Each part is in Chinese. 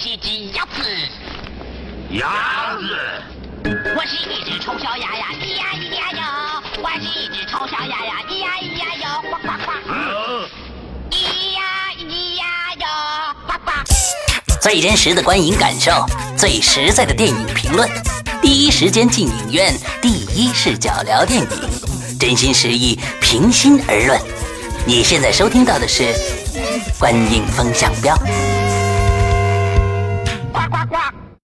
是只鸭子。 鸭子。 我是一只丑小鸭呀，咿呀咿呀哟。我是一只丑小鸭呀，咿呀咿呀哟，呱呱呱。咿呀咿呀哟，呱呱。 最真实的观影感受，最实在的电影评论，第一时间进影院，第一视角聊电影，真心实意，平心而论。你现在收听到的是《观影风向标》。 呱呱呱。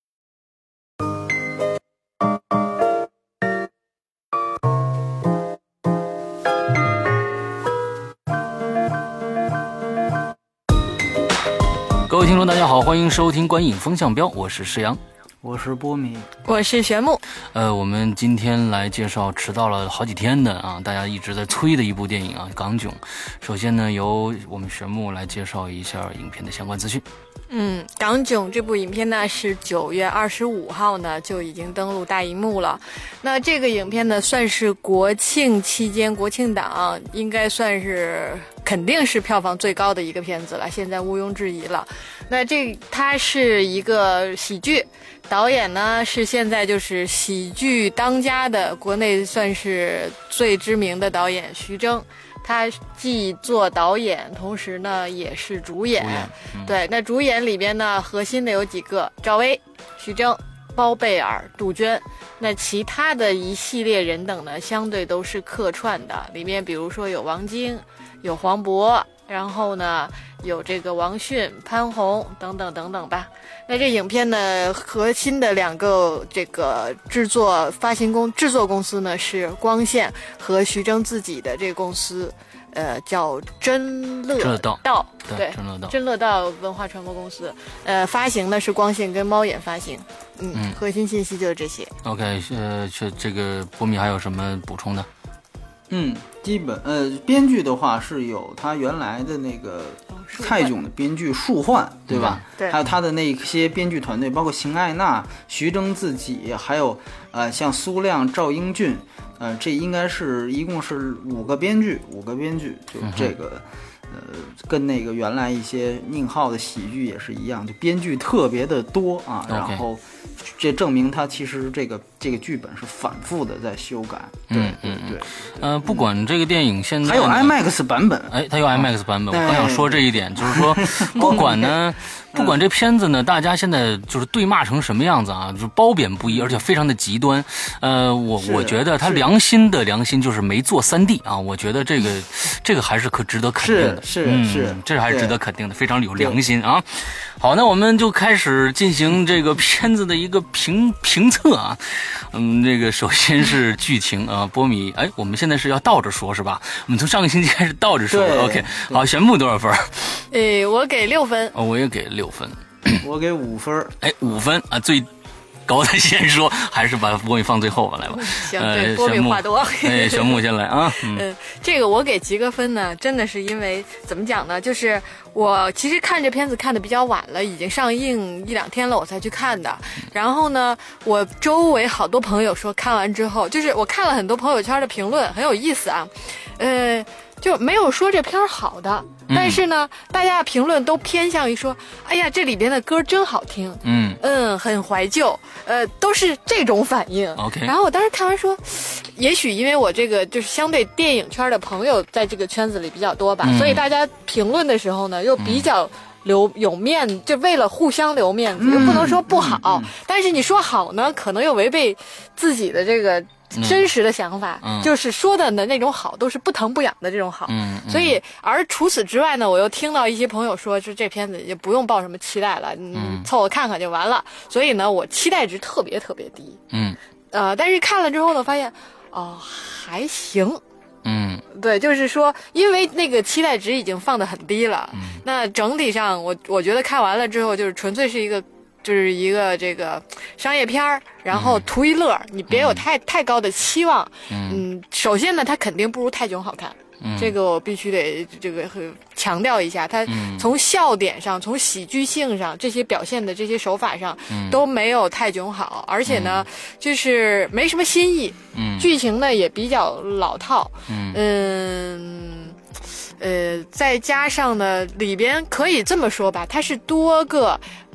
各位听众大家好，欢迎收听《观影风向标》，我是石阳， 我是波米， 我是玄木。 我们今天来介绍迟到了好几天的大家一直在催的一部电影啊，《港囧》。首先呢，由我们玄木来介绍一下影片的相关资讯。 港囧这部影片呢是9月25号呢就已经登陆大荧幕了。那这个影片呢算是国庆期间国庆档应该算是肯定是票房最高的一个片子了，现在毋庸置疑了。那它是一个喜剧，导演呢是现在就是喜剧当家的国内算是最知名的导演徐峥。他既做导演，同时呢也是主演。对，那主演里边呢，核心的有几个：赵薇、徐峥、包贝尔、杜鹃。那其他的一系列人等呢，相对都是客串的。里面比如说有王晶，有黄渤，然后呢有这个王迅、潘虹等等等等吧。那这影片呢，核心的两个这个制作公司呢是光线和徐峥自己的这个公司，叫真乐道，对，真乐道文化传播公司。发行呢是光线跟猫眼发行。核心信息就是这些。 OK， 这个波米还有什么补充的？ 基本编剧的话是有他原来的那个泰囧的编剧树焕，对吧？ 对。 还有他的那些编剧团队，包括邢艾娜、徐峥自己，还有像苏亮、赵英俊，这应该是一共是5个编剧，就这个。跟那个原来一些宁浩的喜剧也是一样，就编剧特别的多啊，然后这证明他其实这个剧本是反复的在修改。对。 不管这个电影现在还有 IMAX 版本， 它有 IMAX 版本，我刚想说这一点，就是说不管这片子呢，大家现在就是对骂成什么样子啊，就是褒贬不一，而且非常的极端。我觉得他良心就是没做3D 啊，我觉得这个还是值得肯定的。 是， 这还是值得肯定的，非常有良心啊。好，那我们就开始进行这个片子的一个评测啊。这个首先是剧情啊，波米，我们现在是要倒着说是吧？我们从上个星期开始倒着说。OK， 好，玄木多少分？ 我给6分。 我也给6分。 我给5分。 5分啊，最高的先说，还是把波米放最后吧，来吧。 行，对，波米话多。 玄木先来啊。 这个我给及格分呢，真的是因为怎么讲呢？就是我其实看这片子看的比较晚了，已经上映1-2天了，我才去看的。然后呢，我周围好多朋友说看完之后，就是我看了很多朋友圈的评论，很有意思啊。就没有说这片好的，但是呢，大家的评论都偏向于说，哎呀，这里边的歌真好听，很怀旧，都是这种反应。 OK。 然后我当时看完说，也许因为我这个就是相对电影圈的朋友在这个圈子里比较多吧，所以大家评论的时候呢，又比较有面，就为了互相留面子，又不能说不好，但是你说好呢，可能又违背自己的这个真实的想法，就是说的那种好都是不疼不痒的这种好。所以而除此之外呢，我又听到一些朋友说，这片子也不用抱什么期待了，凑合看看就完了。所以呢，我期待值特别特别低。但是看了之后呢，发现还行。对，就是说，因为那个期待值已经放得很低了，那整体上我觉得看完了之后，就是纯粹是一个这个商业片儿，然后图一乐，你别有太高的期望。首先呢，它肯定不如泰囧好看。这个我必须得这个强调一下，它从笑点上，从喜剧性上，这些表现的这些手法上，都没有泰囧好，而且呢，就是没什么新意，剧情呢也比较老套，再加上呢，里边可以这么说吧，它是多个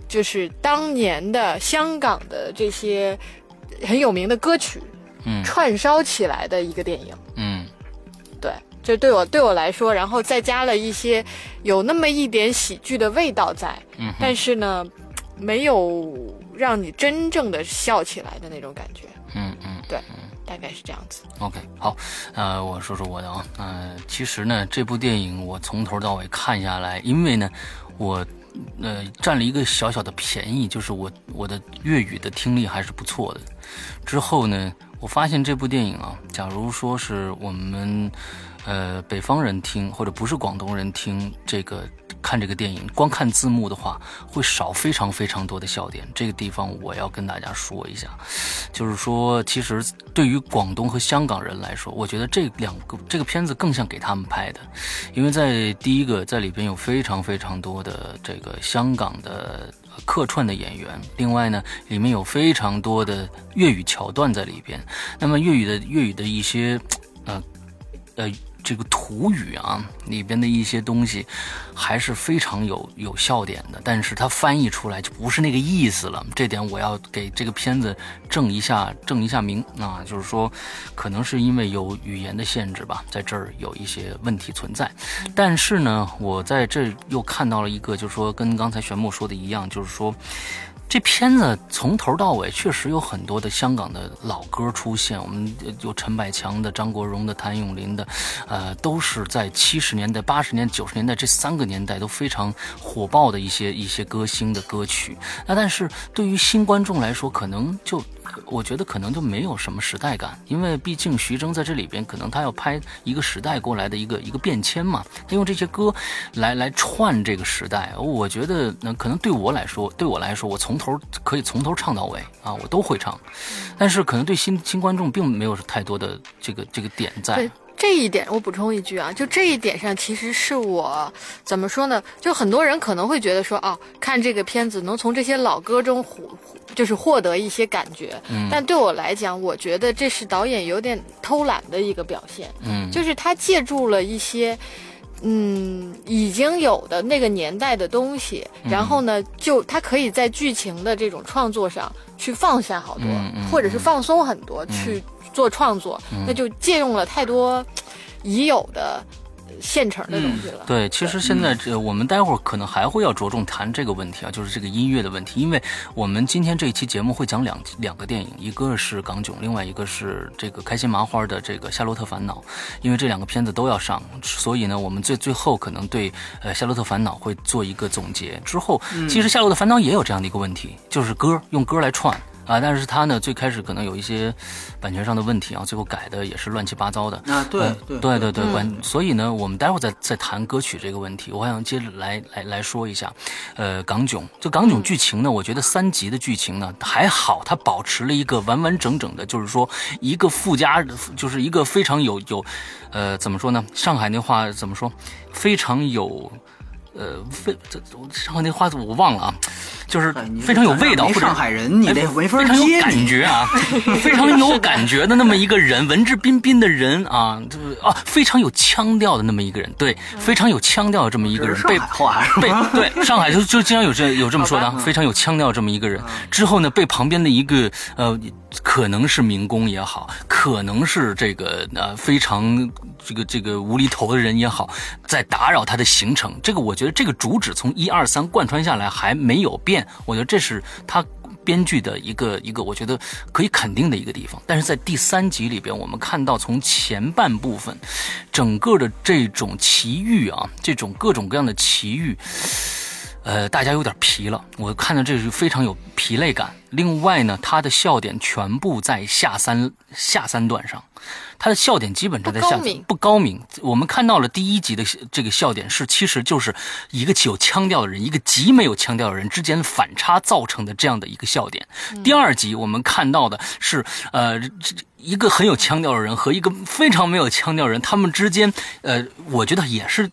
就是当年的香港的这些很有名的歌曲，串烧起来的一个电影。对，这对我来说，然后再加了一些有那么一点喜剧的味道在，但是呢，没有让你真正的笑起来的那种感觉。对。大概是这样子。 OK， 好，我说说我的啊，其实呢，这部电影我从头到尾看下来，因为呢，我占了一个小小的便宜，就是我的粤语的听力还是不错的。之后呢，我发现这部电影啊，假如说是我们北方人听，或者不是广东人听看这个电影，光看字幕的话，会少非常非常多的笑点。这个地方我要跟大家说一下，就是说，其实对于广东和香港人来说，我觉得这个片子更像给他们拍的，因为第一个在里边有非常非常多的这个香港的客串的演员，另外呢，里面有非常多的粤语桥段在里边。那么粤语的一些这个土语啊里边的一些东西还是非常有笑点的，但是它翻译出来就不是那个意思了，这点我要给这个片子正一下名啊，就是说可能是因为有语言的限制吧，在这儿有一些问题存在。但是呢，我在这又看到了一个，就是说跟刚才玄牧说的一样，就是说这片子从头到尾确实有很多的香港的老歌出现，我们有陈百强的、张国荣的、谭咏麟的，都是在70年代、80年代、90年代这3个年代都非常火爆的一些歌星的歌曲。那但是对于新观众来说，我觉得可能就没有什么时代感，因为毕竟徐峥在这里边可能他要拍一个时代过来的一个变迁嘛，他用这些歌来串这个时代。我觉得可能对我来说，我可以从头唱到尾啊，我都会唱。但是可能对新观众并没有太多的这个点在。 对，这一点我补充一句啊，就这一点上，其实是我怎么说呢？就很多人可能会觉得说，看这个片子能从这些老歌中就是获得一些感觉，但对我来讲，我觉得这是导演有点偷懒的一个表现，就是他借助了一些已经有的那个年代的东西，然后呢，就他可以在剧情的这种创作上去放下好多，或者是放松很多，去做创作，那就借用了太多已有的现成的东西了。 对，其实现在我们待会儿可能还会要着重谈这个问题啊，就是这个音乐的问题，因为我们今天这一期节目会讲两个电影，一个是港囧，另外一个是这个开心麻花的这个《夏洛特烦恼》。因为这两个片子都要上，所以呢，我们最后可能对夏洛特烦恼会做一个总结。之后，其实夏洛特烦恼也有这样的一个问题，就是用歌来串。但是他呢，最开始可能有一些版权上的问题啊，最后改的也是乱七八糟的啊。对， 所以呢，我们待会儿再谈歌曲这个问题。我还想接着来说一下，港囧。这港囧剧情呢，我觉得3集的剧情呢还好，它保持了一个完完整整的，就是说一个附加，就是一个非常有怎么说呢？上海那话怎么说？非常有。上海那话我忘了啊，就是非常有味道，或者上海人你得没法接， 非常有感觉啊，非常有感觉的那么一个人，文质彬彬的人啊，非常有腔调的那么一个人，对，非常有腔调的这么一个人，对上海就经常有这么说的，非常有腔调这么一个人。之后呢，被旁边的一个可能是民工也好，可能是这个非常这个无厘头的人也好，在打扰他的行程。这个我觉得这个主旨从1、2、3贯穿下来还没有变，我觉得这是他编剧的一个我觉得可以肯定的一个地方。但是在第3集里边，我们看到从前半部分整个的这种奇遇啊，这种各种各样的奇遇，大家有点疲了，我看到这是非常有疲累感。另外呢，他的笑点全部在下三段上，他的笑点基本上在不高明。我们看到了第1集的这个笑点其实就是一个有腔调的人，一个极没有腔调的人之间反差造成的这样的一个笑点。第2集我们看到的是一个很有腔调的人和一个非常没有腔调的人，他们之间我觉得也是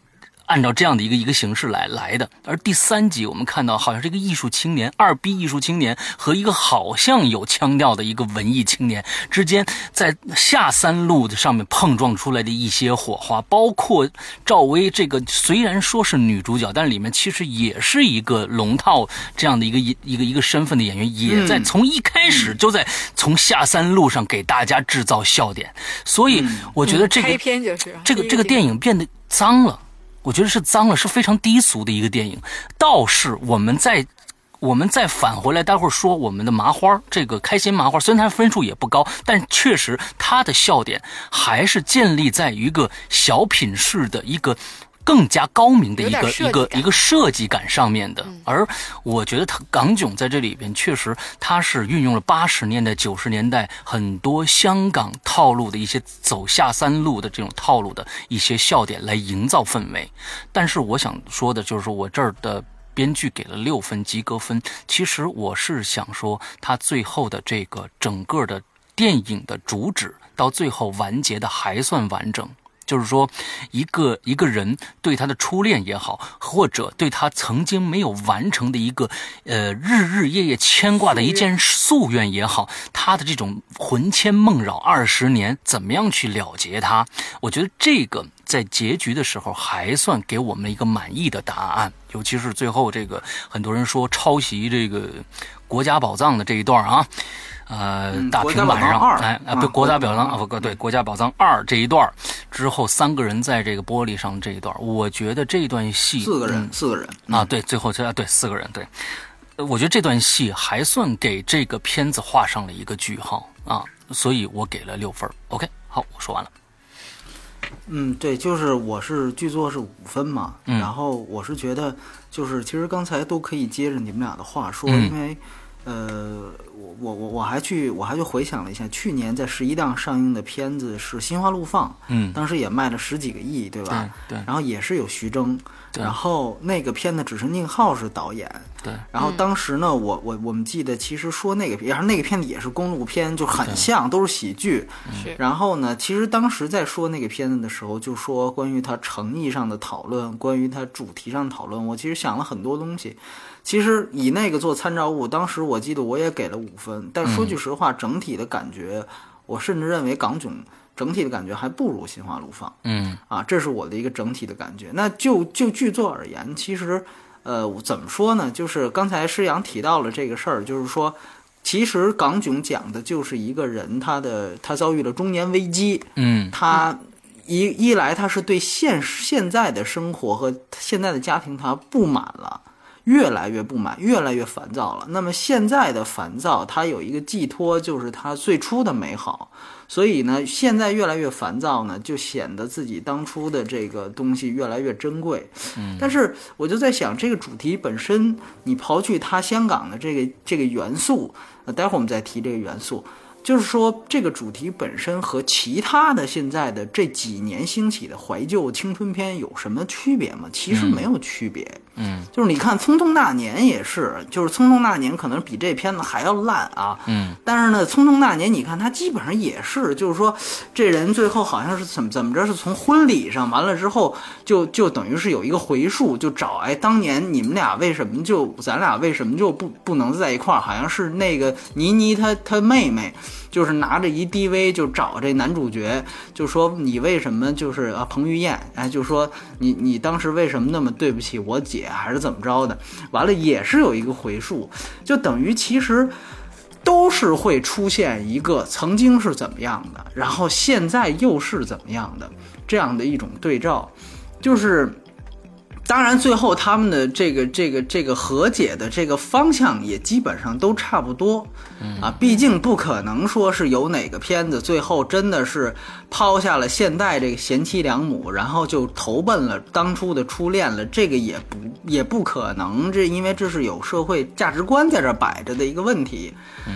按照这样的一个形式来的。而第3集我们看到好像是一个艺术青年，2逼艺术青年和一个好像有腔调的一个文艺青年之间，在下三路的上面碰撞出来的一些火花，包括赵薇这个虽然说是女主角，但里面其实也是一个龙套这样的一个身份的演员，也在从一开始就在从下三路上给大家制造笑点。所以我觉得这个开篇就是这个电影变得脏了，我觉得是脏了，是非常低俗的一个电影。倒是我们再返回来，待会儿说我们的麻花，这个开心麻花，虽然它分数也不高，但确实它的笑点还是建立在一个小品式的一个更加高明的一个设计感上面的。而我觉得港囧在这里边确实他是运用了80年代90年代很多香港套路的一些走下三路的这种套路的一些笑点来营造氛围。但是我想说的就是说，我这儿的编剧给了6分及格分，其实我是想说他最后的这个整个的电影的主旨到最后完结的还算完整。就是说一个人对他的初恋也好，或者对他曾经没有完成的一个日日夜夜牵挂的一件夙愿也好，他的这种魂牵梦绕20年怎么样去了结它，我觉得这个在结局的时候还算给我们一个满意的答案。尤其是最后这个很多人说抄袭这个国家宝藏的这一段啊，大平板上，对，国家宝藏对，国家宝藏2这一段之后，3个人在这个玻璃上这一段，我觉得这段戏 4个人啊，对，最后对4个人，对，我觉得这段戏还算给这个片子画上了一个句号啊，所以我给了6分。OK， 好，我说完了。 对，就是我是剧作是5分嘛，然后我是觉得就是其实刚才都可以接着你们俩的话说，因为我还去回想了一下，去年在11档上映的片子是《心花怒放》，当时也卖了10几个亿，对吧？ 对。 然后也是有徐峥，然后那个片子只是宁浩是导演， 对。 然后当时呢，我们记得其实说那个片子也是公路片，就很像，都是喜剧。 是。 然后呢，其实当时在说那个片子的时候，就说关于它诚意上的讨论，关于它主题上的讨论，我其实想了很多东西。其实以那个做参照物，当时我记得我也给了5分，但说句实话，整体的感觉，我甚至认为港囧整体的感觉还不如《心花怒放》。这是我的一个整体的感觉。那就剧作而言，其实怎么说呢？就是刚才施洋提到了这个事儿，就是说，其实港囧讲的就是一个人他遭遇了中年危机，他一来他是对现在的生活和现在的家庭他不满了。越来越不满，越来越烦躁了。那么现在的烦躁，它有一个寄托，就是它最初的美好。所以呢，现在越来越烦躁呢，就显得自己当初的这个东西越来越珍贵。但是我就在想，这个主题本身，你刨去它香港的这个元素，待会儿我们再提这个元素。就是说，这个主题本身和其他的现在的这几年兴起的怀旧青春片有什么区别吗？其实没有区别。就是你看《匆匆那年》也是，就是《匆匆那年》可能比这片子还要烂啊。但是呢，《匆匆那年》你看它基本上也是，就是说这人最后好像是怎么着，是从婚礼上完了之后，就等于是有一个回溯，就找当年你们俩为什么咱俩为什么就不能在一块儿？好像是那个倪妮她妹妹。就是拿着一 DV 就找这男主角，就说你为什么就是彭于晏，就说你当时为什么那么对不起我姐，还是怎么着的？完了也是有一个回溯，就等于其实都是会出现一个曾经是怎么样的，然后现在又是怎么样的这样的一种对照，就是。当然，最后他们的这个和解的这个方向也基本上都差不多，毕竟不可能说是有哪个片子最后真的是抛下了现代这个贤妻良母，然后就投奔了当初的初恋了，这个也不可能，因为这是有社会价值观在这摆着的一个问题，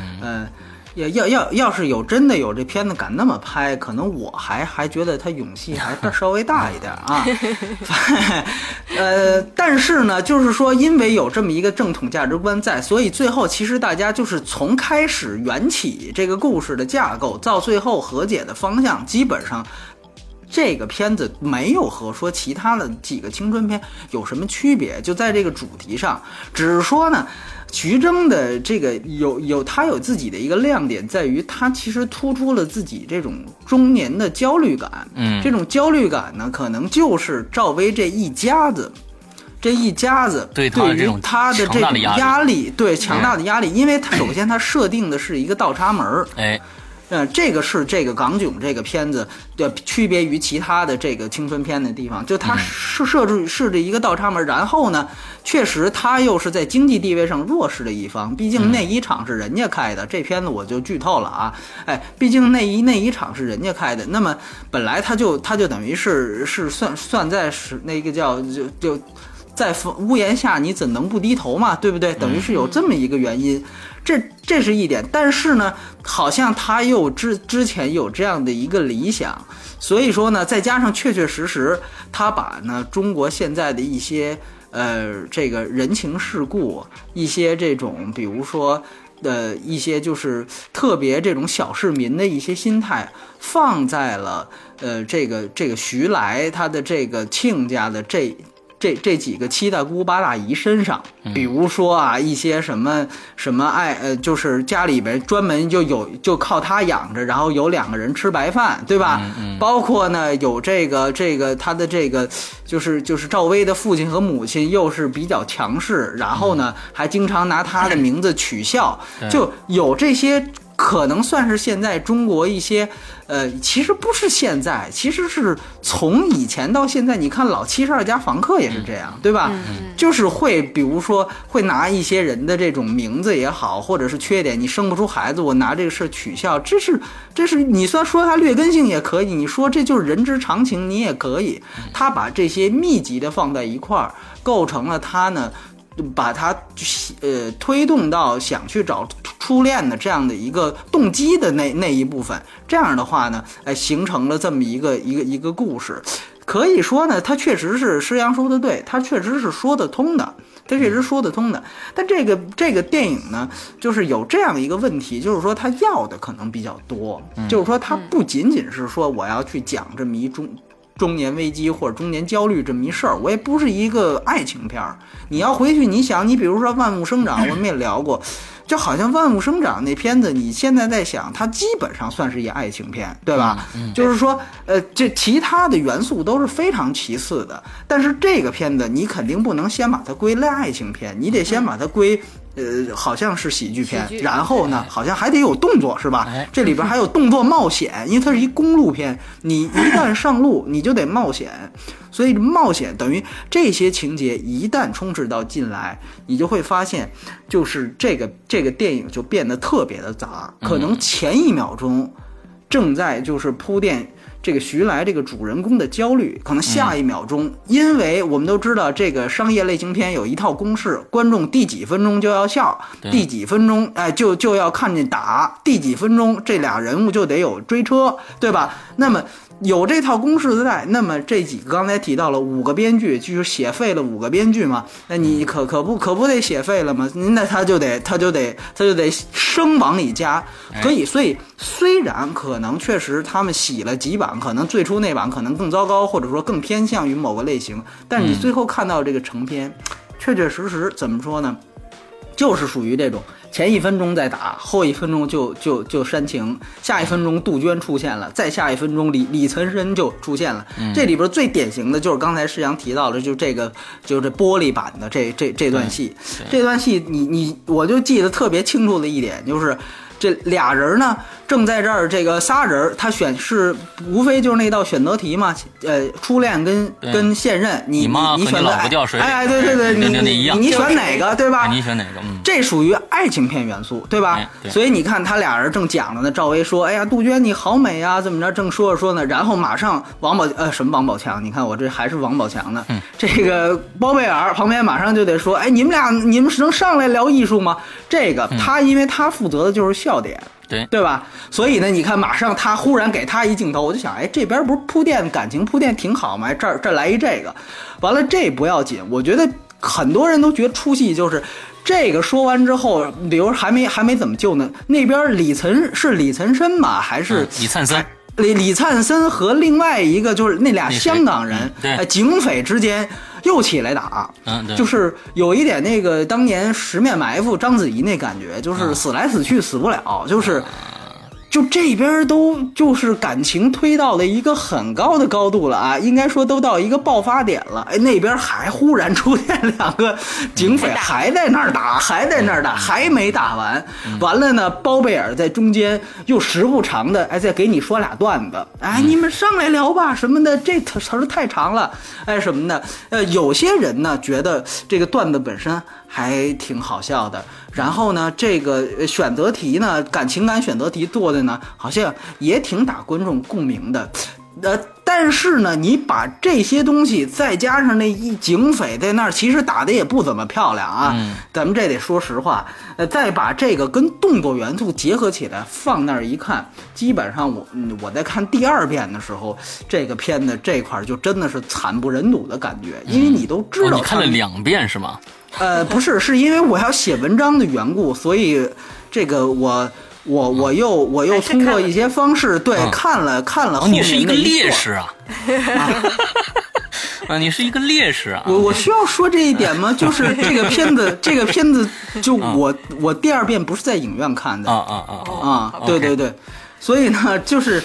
要是真的有这片子敢那么拍，可能我还觉得他勇气还稍微大一点啊。但是呢，就是说，因为有这么一个正统价值观在，所以最后其实大家就是从开始缘起这个故事的架构，到最后和解的方向，基本上这个片子没有和说其他的几个青春片有什么区别，就在这个主题上，只是说呢，徐峥的这个他有自己的一个亮点，在于他其实突出了自己这种中年的焦虑感。这种焦虑感呢，可能就是赵薇这一家子对于他的这种压力，对强大的压力，因为他首先他设定的是一个倒插门，这个是这个港囧这个片子的区别于其他的这个青春片的地方，就它设置一个倒插门，然后呢，确实他又是在经济地位上弱势的一方，毕竟内衣厂是人家开的，这片子我就剧透了啊，毕竟内衣厂是人家开的，那么本来他就等于是算在是那个叫就在屋檐下你怎能不低头嘛，对不对？等于是有这么一个原因，这是一点。但是呢，好像他又之前有这样的一个理想，所以说呢，再加上确实他把呢中国现在的一些这个人情世故，一些这种比如说一些就是特别这种小市民的一些心态，放在了这个徐来他的这个亲家的这几个七大姑八大姨身上，比如说啊，一些什么就是家里边专门就靠他养着，然后有2个人吃白饭，对吧？包括呢有这个他的这个就是赵薇的父亲和母亲又是比较强势，然后呢还经常拿他的名字取笑，就有这些。可能算是现在中国一些，其实不是现在，其实是从以前到现在，你看老72家房客也是这样，对吧？就是会，比如说会拿一些人的这种名字也好，或者是缺点，你生不出孩子，我拿这个事取笑，这是你算说他劣根性也可以，你说这就是人之常情，你也可以。他把这些密集的放在一块儿，构成了他呢。把他推动到想去找初恋的这样的一个动机的那一部分，这样的话呢，形成了这么一个故事。可以说呢，他确实是施洋说的对，他确实是说得通的，但这个电影呢，就是有这样一个问题，就是说他要的可能比较多，就是说他不仅仅是说我要去讲这么一中年危机或者中年焦虑这么一事儿，我也不是一个爱情片儿。你要回去，你想，你比如说《万物生长》，我们也聊过，就好像《万物生长》那片子，你现在在想，它基本上算是一爱情片，对吧？就是说，这其他的元素都是非常其次的，但是这个片子你肯定不能先把它归类爱情片，你得先把它归。好像是喜剧片，然后呢，好像还得有动作，是吧？这里边还有动作冒险，因为它是一公路片，你一旦上路，你就得冒险，所以冒险等于这些情节一旦充斥到进来，你就会发现，就是这个电影就变得特别的杂，可能前1秒钟正在就是铺垫。这个徐来这个主人公的焦虑，可能下1秒钟，因为我们都知道这个商业类型片有一套公式，观众第几分钟就要笑，第几分钟就要看见打，第几分钟这俩人物就得有追车，对吧？那么有这套公式在，那么这几个刚才提到了5个编剧，就是写废了5个编剧嘛，那你可不得写废了吗？那他就得生往里加，所以虽然可能确实他们洗了几版，可能最初那版可能更糟糕，或者说更偏向于某个类型，但是你最后看到这个成片，确实怎么说呢？就是属于这种前1分钟在打，后1分钟就煽情，下1分钟杜鹃出现了，再下1分钟李岑参就出现了。这里边最典型的就是刚才施洋提到的，就是这玻璃版的这段戏。这段戏我就记得特别清楚的一点就是。这俩人呢，正在这儿，这个仨人，他选是无非就是那道选择题嘛，初恋跟现任，你选老不掉水里， 对，你选哪个，对吧？ 你选哪个？ 这属于爱情片元素，对吧？所以你看他俩人正讲着呢，赵薇说：“哎呀，杜鹃你好美啊，怎么着？”正说着说呢，然后马上什么王宝强？你看我这还是王宝强呢。这个包贝尔旁边马上就得说：“哎，你们能上来聊艺术吗？”这个因为他负责的就是笑点，对吧？所以呢，你看马上他忽然给他一镜头，我就想，这边不是感情铺垫挺好吗？这儿来一这个，完了这不要紧，我觉得很多人都觉得出戏就是这个说完之后，比如还没怎么救呢，那边李岑参吧，还是李灿森？ 李灿森和另外一个就是那俩香港人，警匪之间又起来打， 对， 就是有一点那个当年十面埋伏章子怡那感觉，就是死来死去死不了，就这边都就是感情推到了一个很高的高度了啊，应该说都到一个爆发点了。哎，那边还忽然出现两个警匪还在那儿打，还没打完。完了呢，包贝尔在中间又时不常的再给你说俩段子，哎，你们上来聊吧什么的，这词儿太长了，哎什么的。有些人呢觉得这个段子本身还挺好笑的。然后呢，这个选择题呢，情感选择题做的呢，好像也挺打观众共鸣的。但是呢，你把这些东西再加上那一警匪在那儿，其实打的也不怎么漂亮啊。咱们这得说实话。再把这个跟动作元素结合起来，放那儿一看，基本上我在看第二遍的时候，这个片子这块就真的是惨不忍睹的感觉，因为你都知道。 你看了2遍是吗？ 不是，是因为我要写文章的缘故，所以这个我又通过一些方式看了后面你是一个烈士啊！你是一个烈士啊！ 我需要说这一点吗？就是这个片子就我第二遍不是在影院看的对，所以呢，就是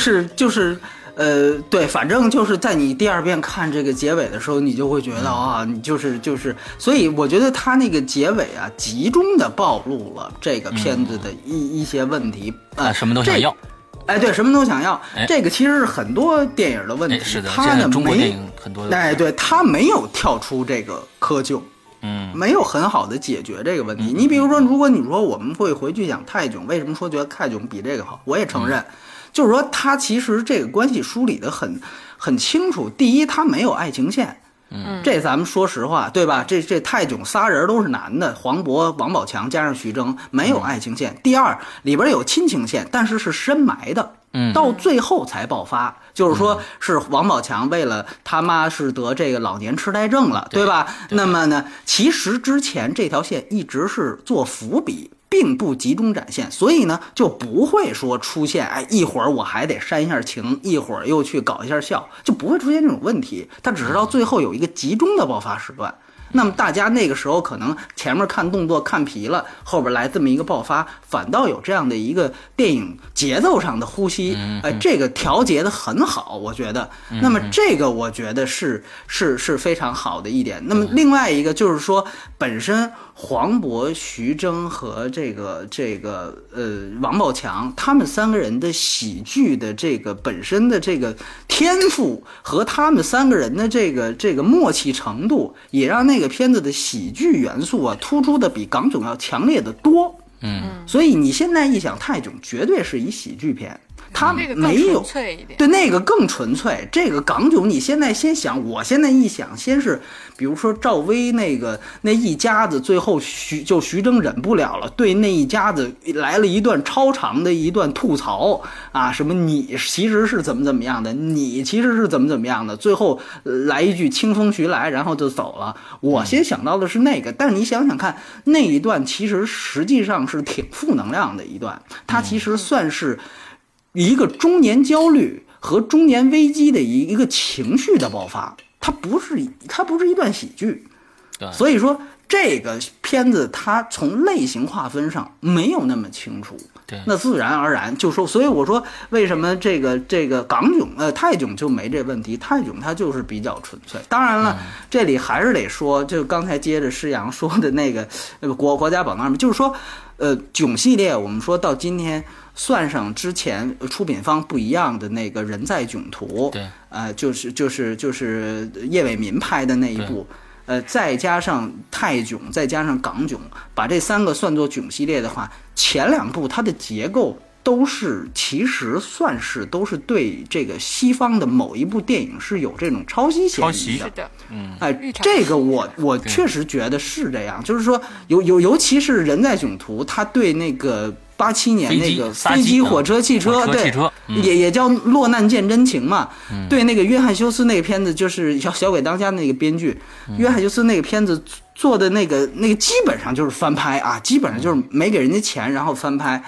对，反正就是在你第二遍看这个结尾的时候，你就会觉得啊，你就是，所以我觉得他那个结尾啊，集中的暴露了这个片子的一些问题什么都想要。 对，什么都想要。这个其实是很多电影的问题。 是的， 他呢中国电影很多。 对，他没有跳出这个窠臼。没有很好的解决这个问题。你比如说，如果你说我们会回去讲泰囧，为什么说觉得泰囧比这个好？我也承认。就是说，他其实这个关系梳理的很清楚。第一，他没有爱情线，这咱们说实话，对吧？这泰囧仨人都是男的，黄渤、王宝强加上徐峥，没有爱情线。第二，里边有亲情线，但是是深埋的，到最后才爆发。就是说，是王宝强为了他妈是得这个老年痴呆症了，对吧？那么呢，其实之前这条线一直是做伏笔。并不集中展现，所以呢就不会说出现一会儿我还得煽一下情，一会儿又去搞一下笑，就不会出现这种问题。它只是到最后有一个集中的爆发时段。那么大家那个时候可能前面看动作看疲了，后边来这么一个爆发，反倒有这样的一个电影节奏上的呼吸，这个调节的很好，我觉得。那么这个我觉得是非常好的一点。那么另外一个就是说，本身黄渤、徐峥和这个王宝强他们三个人的喜剧的这个本身的这个天赋和他们三个人的这个默契程度，也让那个片子的喜剧元素啊突出的比港囧要强烈的多。所以你现在一想，泰囧绝对是一喜剧片。他没有对那个更纯粹。这个港囧，你现在先想，我现在一想，先是比如说赵薇那一家子，最后徐峥忍不了了，对那一家子来了一段超长的一段吐槽啊，什么你其实是怎么样的，你其实是怎么样的，最后来一句清风徐来，然后就走了。我先想到的是那个，但是你想想看，那一段其实实际上是挺负能量的一段，它其实算是一个中年焦虑和中年危机的一个情绪的爆发，它不是一段喜剧。所以说这个片子它从类型划分上没有那么清楚，那自然而然就说，所以我说为什么这个港囧泰囧就没这问题，泰囧它就是比较纯粹。当然了，这里还是得说，就刚才接着施洋说的那个国家宝藏，就是说囧系列我们说到今天，算上之前出品方不一样的那个人在囧途，就是叶伟民拍的那一部，再加上泰囧，再加上港囧，把这三个算作囧系列的话，前两部它的结构其实算是都是对这个西方的某一部电影是有这种抄袭嫌疑的。 是的， 这个我确实觉得是这样，就是说尤其是人在囧途，他对那个87年那个飞机、火车、汽车，对，也叫落难见真情嘛。对那个约翰休斯那个片子，就是小鬼当家那个编剧，约翰休斯那个片子做的那个基本上就是翻拍啊，基本上就是没给人家钱然后翻拍。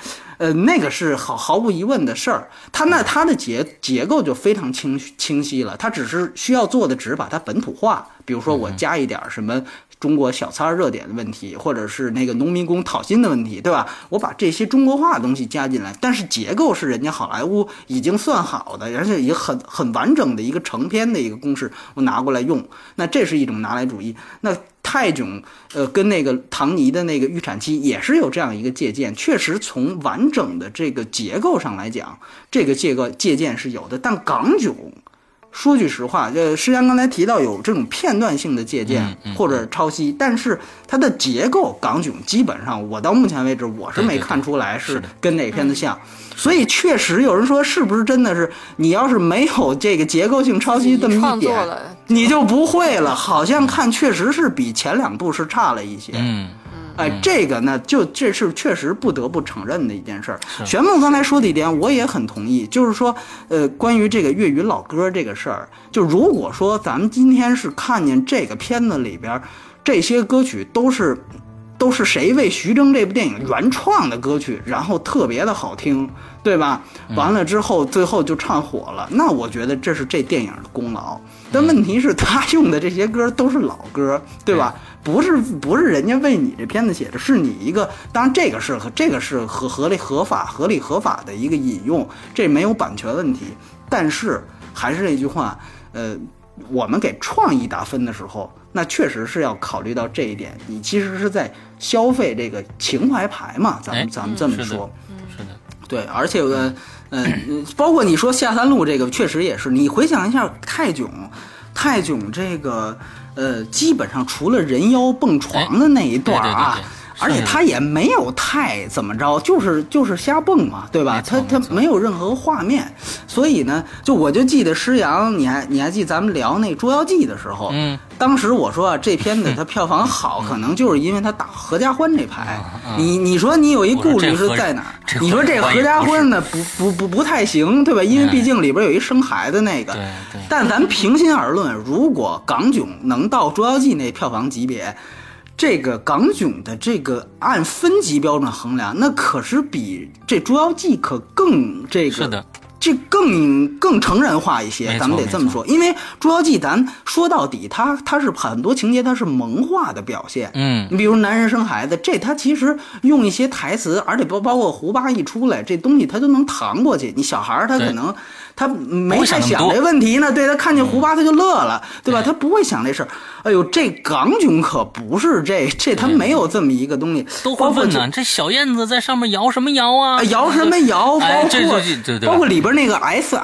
那个是毫无疑问的事儿。它的结构就非常清晰了，它只是需要做的，只是把它本土化。比如说我加一点什么中国小餐热点的问题，或者是那个农民工讨薪的问题，对吧？我把这些中国化的东西加进来，但是结构是人家好莱坞已经算好的，而且也很完整的一个成片的一个公式，我拿过来用。那这是一种拿来主义。那泰囧，跟那个唐尼的那个预产期也是有这样一个借鉴，确实从完整的这个结构上来讲，这个借鉴是有的。但港囧，说句实话，施洋刚才提到有这种片段性的借鉴或者抄袭，但是它的结构港囧基本上我到目前为止我是没看出来是跟哪片子像。所以确实有人说，是不是真的是你要是没有这个结构性抄袭这么一点，你就不会了？好像看确实是比前2部是差了一些。这个呢，这是确实不得不承认的一件事儿。玄牧刚才说的一点，我也很同意，就是说，关于这个粤语老歌这个事儿，就如果说咱们今天是看见这个片子里边这些歌曲都是谁为徐峥这部电影原创的歌曲，然后特别的好听，对吧？完了之后最后就唱火了，那我觉得这是这电影的功劳。但问题是，他用的这些歌都是老歌，对吧？不是人家为你这片子写的，是你一个，当然这个是合理合法的一个引用，这没有版权问题。但是还是那句话，我们给创意打分的时候，那确实是要考虑到这一点。你其实是在消费这个情怀牌嘛，咱们这么说， 是的， 对，而且包括你说下三路这个，确实也是。你回想一下泰囧这个，基本上除了人妖蹦床的那一段啊。 对， 而且他也没有太怎么着，就是瞎蹦嘛，对吧？他没有任何画面，所以呢，我就记得施洋，你还记得咱们聊那《捉妖记》的时候，当时我说这片子它票房好，可能就是因为它打合家欢这牌。你说你有一顾虑是在哪儿？你说这合家欢呢不太行，对吧？因为毕竟里边有一生孩子那个。但咱平心而论，如果港囧能到《捉妖记》那票房级别，这个港囧的这个按分级标准衡量，那可是比这《捉妖记》可更这个。是的。这更成人化一些，咱们得这么说，因为《捉妖记》咱说到底，它是很多情节它是萌化的表现，你比如男人生孩子，这他其实用一些台词，而且包括胡巴一出来，这东西他就能扛过去。你小孩他可能他没太想这问题呢，对，他看见胡巴他就乐了，对吧？他不会想这事儿。哎呦，这港囧可不是这他没有这么一个东西。 都会问呢，这小燕子在上面摇什么摇啊？ 摇什么摇？包括里边那个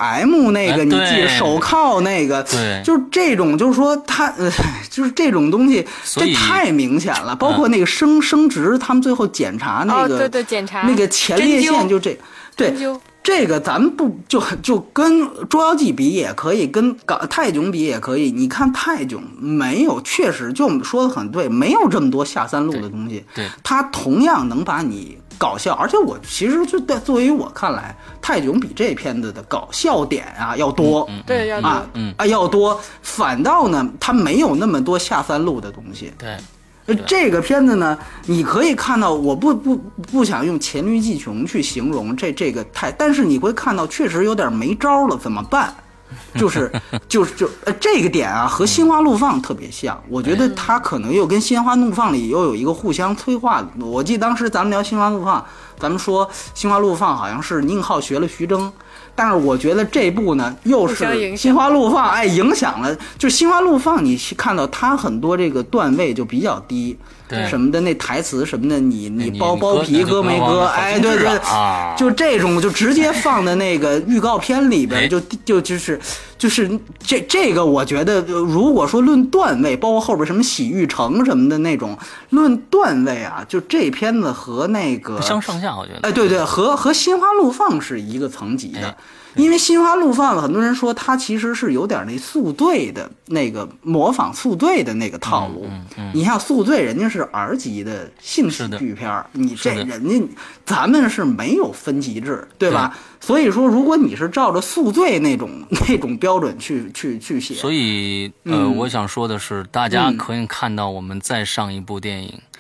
SM 那个，你记得手铐那个， 对， 就是这种，就是说他就是这种东西，这太明显了。包括那个生殖，他们最后检查那个， 对，检查那个前列腺，就这，对。这个咱们不就跟《捉妖记》比也可以，跟泰囧比也可以。你看泰囧没有，确实就我们说的很对，没有这么多下三路的东西。 对， 它同样能把你搞笑，而且我其实就作为我看来，泰囧比这片子的搞笑点啊要多。 对，要多要多。反倒呢，它没有那么多下三路的东西。 对。 这个片子呢，你可以看到，我不想用黔驴技穷去形容这个但是你会看到确实有点没招了，怎么办？就这个点啊，和《心花怒放》特别像，我觉得它可能又跟《心花怒放》里又有一个互相催化的。我记得当时咱们聊《心花怒放》，咱们说《心花怒放》好像是宁浩学了徐峥。但是我觉得这部呢，又是《心花怒放》，影响了。就是《心花怒放》，你看到它很多这个段位就比较低，什么的那台词什么的，你包皮割没割？对，就这种就直接放在那个预告片里边，就是这个，我觉得如果说论段位，包括后边什么洗浴城什么的那种，论段位啊，就这片子和那个不相上下，我觉得。 对，和《心花怒放》是一个层级的。因为《心花怒放》很多人说它其实是有点那宿醉的那个模仿宿醉的那个套路。你像宿醉，人家是R级的性喜剧片，你这人家咱们是没有分级制，对吧？所以说，如果你是照着宿醉那种标准去写， 所以我想说的是，大家可以看到我们再上一部电影。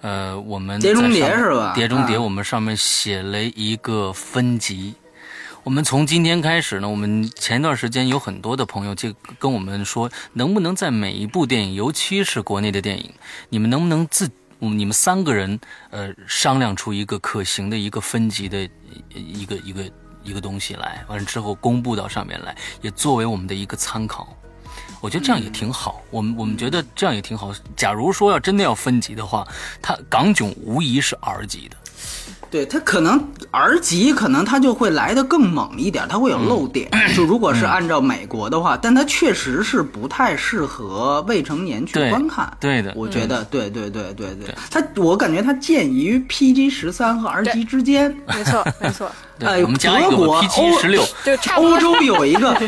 我们碟中谍是吧？ 碟中谍我们上面写了一个分级。我们从今天开始呢，我们前一段时间有很多的朋友就跟我们说，能不能在每一部电影，尤其是国内的电影，你们能不能你们3个人商量出一个可行的一个分级的一个东西来，完了之后公布到上面来，也作为我们的一个参考。我觉得这样也挺好，我们觉得这样也挺好。假如说要真的要分级的话，它港囧无疑是 R 级的。 对，它可能 R 级可能它就会来得更猛一点，它会有漏点。就如果是按照美国的话，但它确实是不太适合未成年去观看。 对的， 我觉得对，我感觉它介于 PG-13和 R 级之间。 没错没错。 我们加一个 PG-16， 欧洲有一个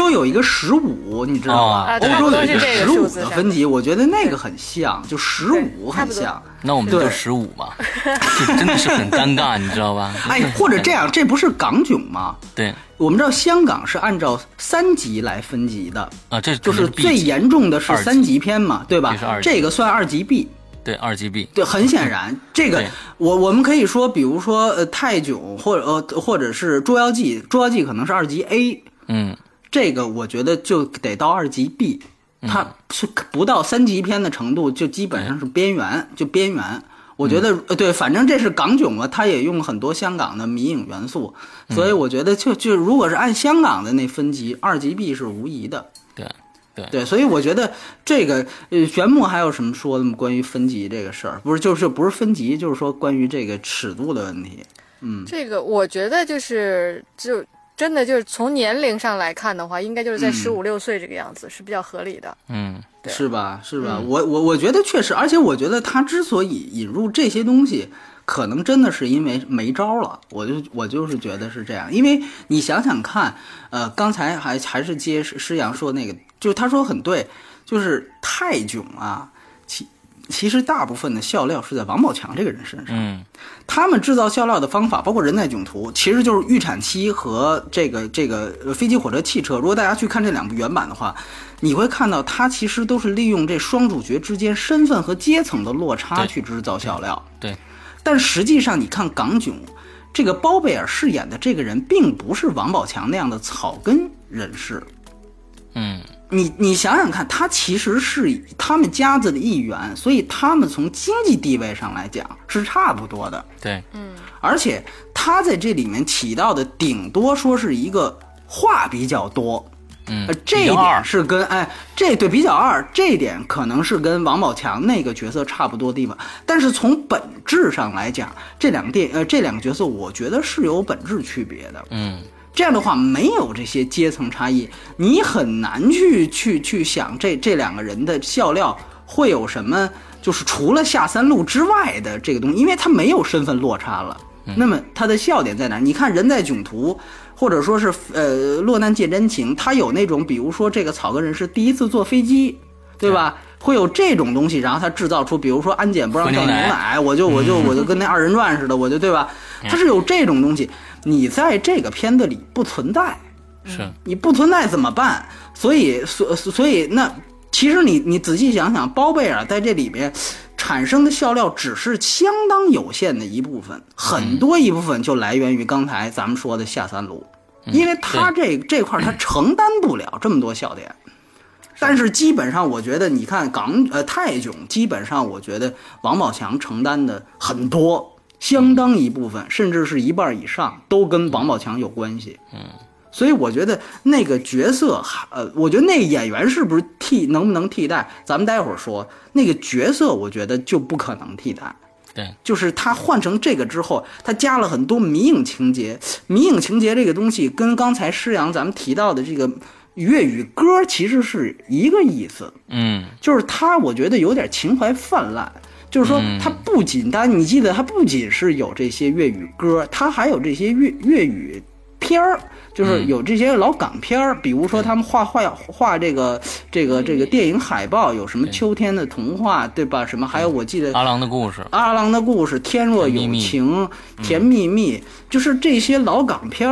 15，你知道吧？欧洲有一个15的分级，我觉得那个很像，就15很像。 那我们就15吧，这真的是很尴尬，你知道吧？ 或者这样，这不是港囧吗？ 对， 我们知道香港是按照3级来分级的啊，这就是最严重的是3级片嘛，对吧？这个算2级 B。 对，2级 B， 对，很显然，这个我们可以说，比如说泰囧或者是捉妖记可能是2级 A， 这个我觉得就得到2级 B， 它是不到3级片的程度，就基本上是边缘，我觉得对，反正这是港囧嘛，它也用很多香港的迷影元素，所以我觉得就如果是按香港的那分级，2级 B 是无疑的。对，所以我觉得这个玄牧还有什么说的吗？关于分级这个事儿，不是分级，就是说关于这个尺度的问题。 这个我觉得就真的就是从年龄上来看的话，应该就是在15、16岁这个样子是比较合理的。对， 是吧？我觉得确实，而且我觉得他之所以引入这些东西，可能真的是因为没招了。我就是觉得是这样，因为你想想看，刚才还是接施洋说那个。就是他说很对，就是泰囧啊，其实大部分的笑料是在王宝强这个人身上。他们制造笑料的方法，包括人在囧途，其实就是预产期和这个飞机、火车、汽车。如果大家去看这2部原版的话，你会看到他其实都是利用这双主角之间身份和阶层的落差去制造笑料。 对， 但实际上你看港囧，这个包贝尔饰演的这个人并不是王宝强那样的草根人士。你想想看，他其实是他们家子的一员，所以他们从经济地位上来讲是差不多的。 对， 而且他在这里面起到的顶多说是一个话比较多，这一点是跟比较二，这一点可能是跟王宝强那个角色差不多的地方。但是从本质上来讲，这两个角色，我觉得是有本质区别的。这样的话，没有这些阶层差异，你很难去想这2个人的笑料会有什么，就是除了下三路之外的这个东西，因为他没有身份落差了。那么他的笑点在哪？你看人在囧途，或者说是落难见真情，他有那种比如说这个草根人士第一次坐飞机，对吧？会有这种东西，然后他制造出，比如说安检不让倒牛奶，我就跟那2人转似的，我就对吧？他是有这种东西。你在这个片子里不存在，你不存在怎么办？所以那其实你仔细想想，包贝尔在这里边产生的笑料只是相当有限的一部分，很多一部分就来源于刚才咱们说的下三路，因为他这块他承担不了这么多笑点。但是基本上我觉得你看泰囧，基本上我觉得王宝强承担的很多。相当一部分，甚至是1半以上，都跟王宝强有关系。所以我觉得那个角色，我觉得那个演员是不是能不能替代，咱们待会儿说。那个角色，我觉得就不可能替代。 对， 就是他换成这个之后，他加了很多迷影情节。迷影情节这个东西，跟刚才施洋咱们提到的这个粤语歌其实是一个意思。就是他，我觉得有点情怀泛滥。就是说，它不仅你记得，它不仅是有这些粤语歌，它还有这些粤语片儿，就是有这些老港片儿，比如说他们画这个电影海报，有什么秋天的童话，对吧？什么还有我记得阿郎的故事， 天若有情，甜蜜蜜，就是这些老港片儿，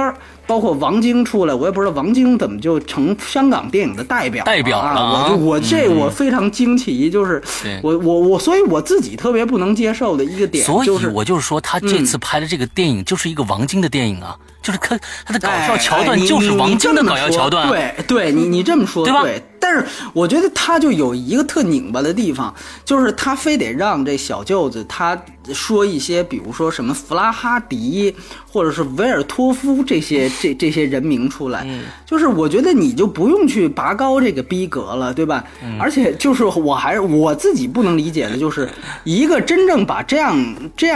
包括王晶出来，我也不知道王晶怎么就成香港电影的代表了啊！我非常惊奇，就是所以我自己特别不能接受的一个点， 所以我就是说他这次拍的这个电影就是一个王晶的电影啊，就是他的搞笑桥段就是王晶的搞笑桥段， 对你这么说对吧？ 但是我觉得他就有一个特拧巴的地方，就是他非得让这小舅子他说一些，比如说什么弗拉哈迪或者是维尔托夫这些人名出来，就是我觉得你就不用去拔高这个逼格了，对吧？而且就是我自己不能理解的，就是一个真正把这样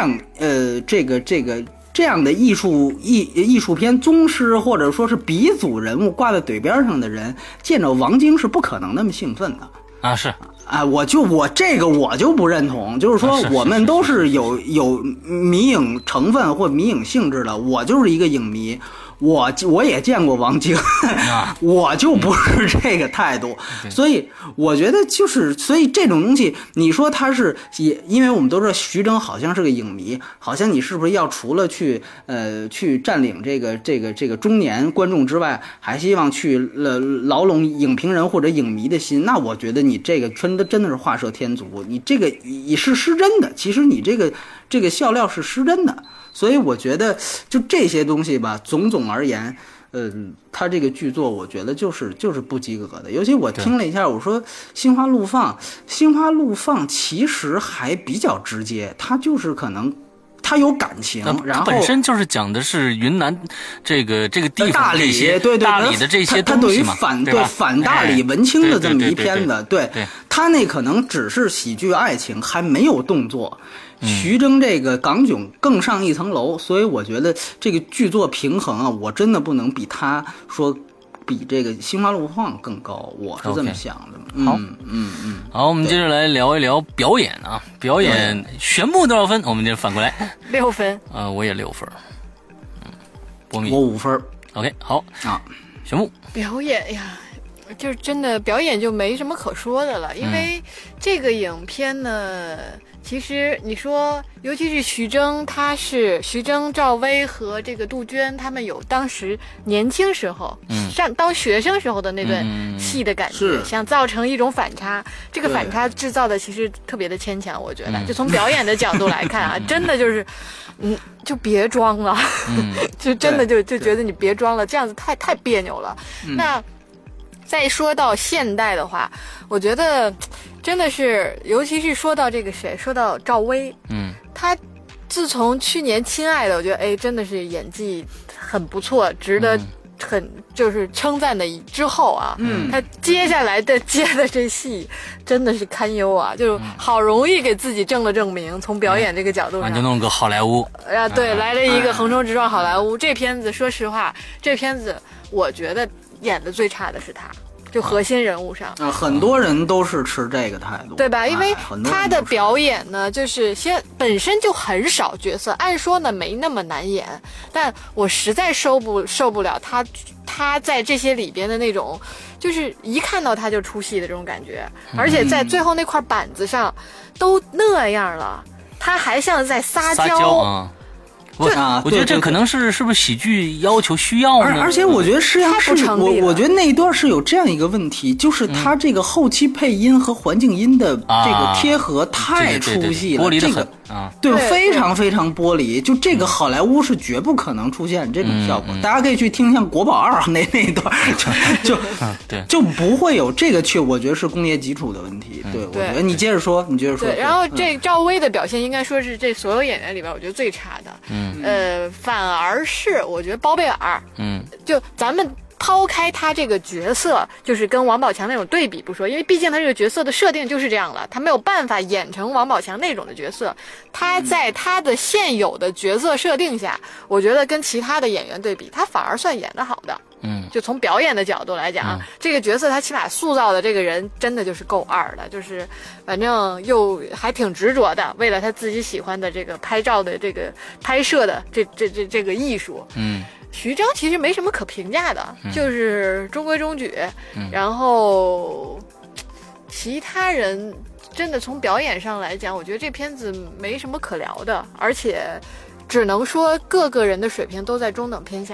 这样的艺术片宗师或者说是鼻祖人物挂在嘴边上的人，见着王晶是不可能那么兴奋的啊！是啊，我就不认同，就是说我们都是有迷影成分或迷影性质的，我就是一个影迷。我也见过王晶，我就不是这个态度，所以我觉得所以这种东西，你说他是因为我们都知道徐峥好像是个影迷，好像你是不是要除了去占领这个中年观众之外，还希望去牢笼影评人或者影迷的心？那我觉得你这个真的是画蛇添足，你这个也是失真的，其实你这个笑料是失真的。所以我觉得就这些东西吧，总而言，他这个剧作我觉得就是不及格的。尤其我听了一下，我说《心花怒放》其实还比较直接，他就是可能他有感情，然后本身就是讲的是云南这个地方大理，对大理的这些东西嘛， 他等于反大理文青的这么一片子，对，他那可能只是喜剧爱情，还没有动作。徐峥这个港囧更上一层楼，所以我觉得这个剧作平衡啊，我真的不能比他说比这个《心花怒放》更高，我是这么想的。 好，好，我们接着来聊一聊表演啊，表演全部多少分？我们就反过来 6分。 我也6分。波米， 我5分。 OK， 好啊， 玄牧表演呀。就是真的表演就没什么可说的了，因为这个影片呢，其实你说，尤其是徐峥，赵薇和这个杜鹃，他们有当时年轻时候，当学生时候的那段戏的感觉，想造成一种反差。这个反差制造的其实特别的牵强，我觉得，就从表演的角度来看啊，真的就是，就别装了，就真的就觉得你别装了，这样子太别扭了。那再说到现代的话，我觉得真的是，尤其是说到说到赵薇，她自从去年《亲爱的》，我觉得真的是演技很不错，值得很就是称赞的。之后啊，她接下来接的这戏真的是堪忧啊，就好容易给自己正了正名，从表演这个角度上， 就弄个好莱坞啊，对，来了一个横冲直撞好莱坞。这片子说实话，我觉得演的最差的是他，就核心人物上， 很多人都是持这个态度， 对吧？因为他的表演呢，就是本身就很少角色，按说呢没那么难演，但我实在受不了他在这些里边的那种，就是一看到他就出戏的这种感觉，而且在最后那块板子上都那样了，他还像在撒娇。 我觉得这可能是不是喜剧要求需要呢？ 而且我觉得实际上是我觉得那一段是有这样一个问题，就是他这个后期配音和环境音的这个贴合太出戏了， 玻璃的很对，非常非常玻璃。就这个好莱坞是绝不可能出现这种效果。大家可以去听像国宝2那一段，就不会有这个我觉得是工业基础的问题。对，我觉得你接着说。 对，然后这赵薇的表现应该说是这所有演员里边我觉得最差的。反而是我觉得包贝尔，就咱们抛开他这个角色，就是跟王宝强那种对比不说，因为毕竟他这个角色的设定就是这样了，他没有办法演成王宝强那种的角色。他在他的现有的角色设定下，我觉得跟其他的演员对比，他反而算演得好的。就从表演的角度来讲，这个角色他起码塑造的这个人真的就是够二的，就是反正又还挺执着的，为了他自己喜欢的这个拍照的这个拍摄的这个艺术。徐峥其实没什么可评价的，就是中规中矩。然后其他人真的从表演上来讲，我觉得这片子没什么可聊的，而且只能说各个人的水平都在中等偏下。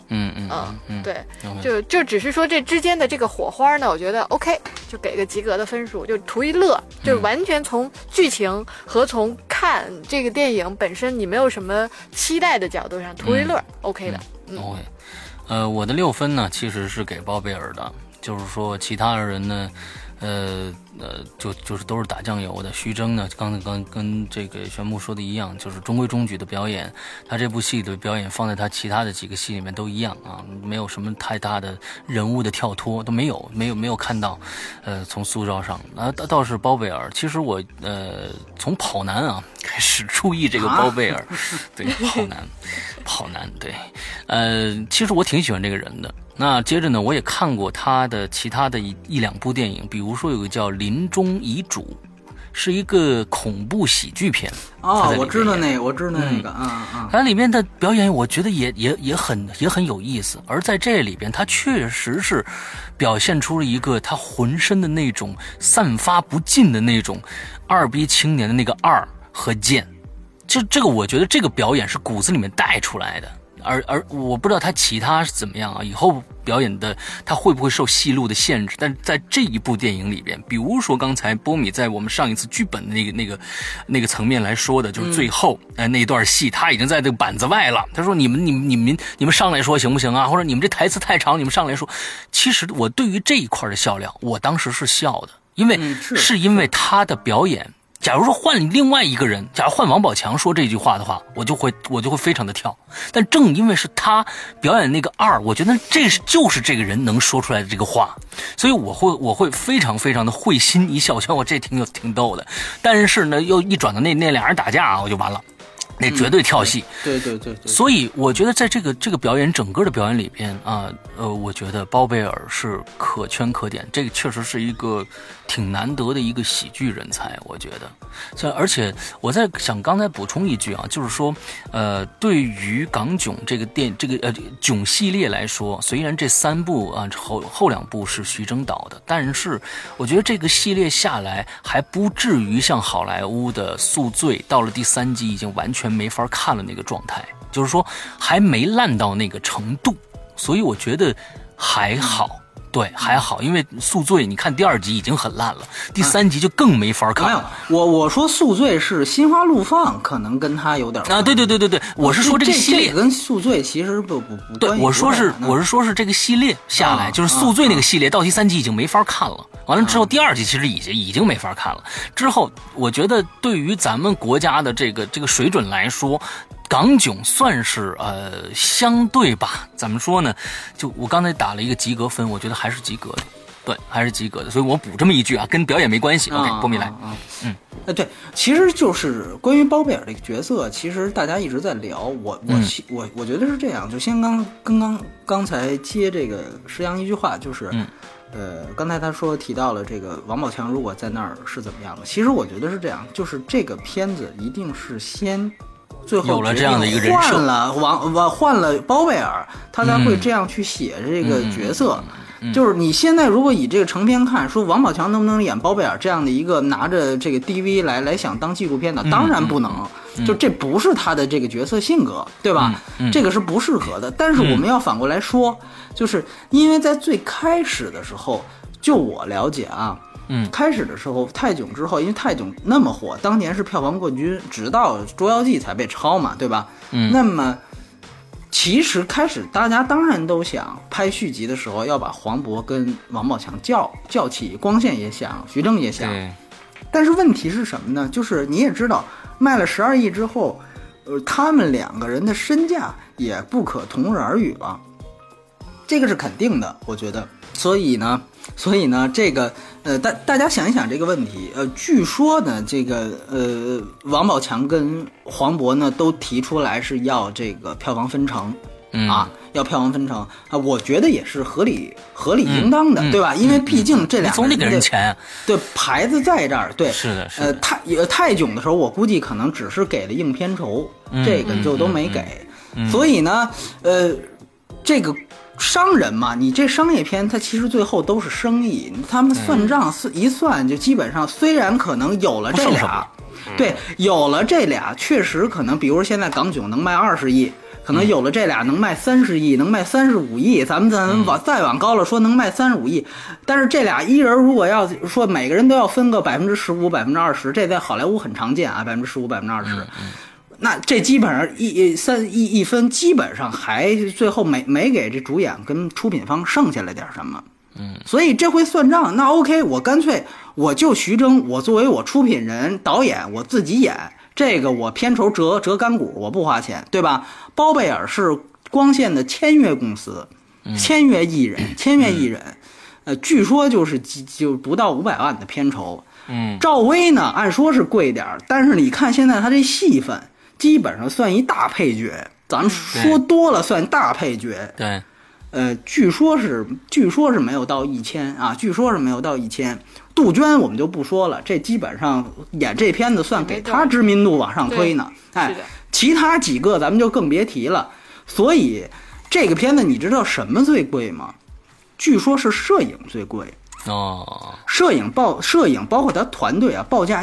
对，就只是说这之间的这个火花呢，我觉得 OK， 就给个及格的分数，就图一乐，就完全从剧情和从看这个电影本身你没有什么期待的角度上图一乐，OK 的。 OK，我的6分呢其实是给包贝尔的，就是说其他的人呢。就是都是打酱油的。徐峥呢，刚跟这个玄牧说的一样，就是中规中矩的表演。他这部戏的表演放在他其他的几个戏里面都一样啊，没有什么太大的人物的跳脱，都没有看到。从塑造上，倒是包贝尔。其实我从跑男啊开始注意这个包贝尔，对，跑男，对，其实我挺喜欢这个人的。那接着呢，我也看过他的其他的一两部电影，比如说有个叫《临终遗嘱》，是一个恐怖喜剧片。 我知道那个， 它里面的表演我觉得也很有意思。而在这里边，他确实是表现出了一个他浑身的那种散发不尽的那种二逼青年的那个二和贱。这个我觉得这个表演是骨子里面带出来的。而我不知道他其他是怎么样啊，以后表演的他会不会受戏路的限制？但是在这一部电影里边，比如说刚才波米在我们上一次剧本的那个层面来说的，就是最后那段戏，他已经在这个板子外了。他说你们上来说行不行啊？或者你们这台词太长，你们上来说。其实我对于这一块的笑料，我当时是笑的，因为是因为他的表演。假如说换另外一个人，假如换王宝强说这句话的话，我就会非常的跳。但正因为是他表演那个二，我觉得就是这个人能说出来的这个话，所以我会非常非常的会心一笑，我这挺逗的。但是呢，又一转到那俩人打架，我就完了。那绝对跳戏， 对。 所以我觉得在这个表演整个的表演里边啊，我觉得包贝尔是可圈可点，这个确实是一个挺难得的一个喜剧人才，我觉得。而且我在想，刚才补充一句啊，就是说，对于港囧这个囧系列来说，虽然这3部啊后2部是徐峥导的，但是我觉得这个系列下来还不至于像好莱坞的《宿醉》到了第3集已经完全没法看了那个状态，就是说还没烂到那个程度，所以我觉得还好。对，还好，因为《宿醉》你看第2集已经很烂了，第3集就更没法看了。 没有，我说《宿醉》是心花怒放，可能跟他有点啊，对，我是说这个系列这跟《宿醉》其实不对，我说是这个系列下来，就是《宿醉》那个系列到第3集已经没法看了。完了之后，第2集其实已经没法看了。之后，我觉得对于咱们国家的这个水准来说，港囧算是相对吧，怎么说呢？就我刚才打了一个及格分，我觉得还是及格的，对，还是及格的。所以我补这么一句啊，跟表演没关系。OK， 波米来， 对，其实就是关于包贝尔这个角色，其实大家一直在聊，我觉得是这样，就先刚才接这个石阳一句话，就是。刚才他提到了这个王宝强如果在那儿是怎么样的？其实我觉得是这样，就是这个片子一定是先最后有了这样的一个人设， 换了包贝尔，他才会这样去写这个角色。就是你现在如果以这个成片看，说王宝强能不能演包贝尔这样的一个拿着这个 DV 来想当纪录片的，当然不能。就这不是他的这个角色性格，对吧？这个是不适合的。但是我们要反过来说，就是因为在最开始的时候，就我了解啊，开始的时候泰囧之后，因为泰囧那么火，当年是票房冠军，直到《捉妖记》才被超嘛，对吧？那么其实开始大家当然都想拍续集的时候要把黄渤跟王宝强叫起，光线也想，徐峥也想。但是问题是什么呢？就是你也知道，卖了12亿之后，他们2个人的身价也不可同日而语了，这个是肯定的，我觉得。所以呢，这个大家想一想这个问题，据说呢，这个王宝强跟黄渤呢都提出来是要这个票房分成。要票房分成啊，我觉得也是合理应当的，对吧？因为毕竟这俩人总得给人钱， 对，牌子在这儿，对， 是的。 泰囧的时候，我估计可能只是给了硬片酬，这个就都没给。所以呢，这个商人嘛，你这商业片，它其实最后都是生意，他们算账一算，就基本上虽然可能有了这俩，对，有了这俩，确实可能，比如现在港囧能卖20亿。 可能有了这俩能卖30亿，能卖35亿，咱们再往高了说能卖35亿，但是这俩一人如果要说每个人都要分个15%、20%，这在好莱坞很常见啊，15%、20%。那这基本上3亿一分，基本上还最后没给这主演跟出品方剩下了点什么。所以这回算账，那 OK， 我干脆我就徐峥，我作为我出品人、导演，我自己演这个，我片酬折干股，我不花钱，对吧？包贝尔是光线的签约公司，签约艺人，据说就不到500万的片酬。赵薇呢，按说是贵点，但是你看现在他这戏份。基本上算一大配角，咱们说多了算大配角。 对， 据说是没有到1000啊，据说是没有到1000。杜鹃我们就不说了，这基本上演这片子算给他知名度往上推呢。哎，其他几个咱们就更别提了。所以这个片子你知道什么最贵吗？据说是摄影最贵。摄影包括他团队啊，报价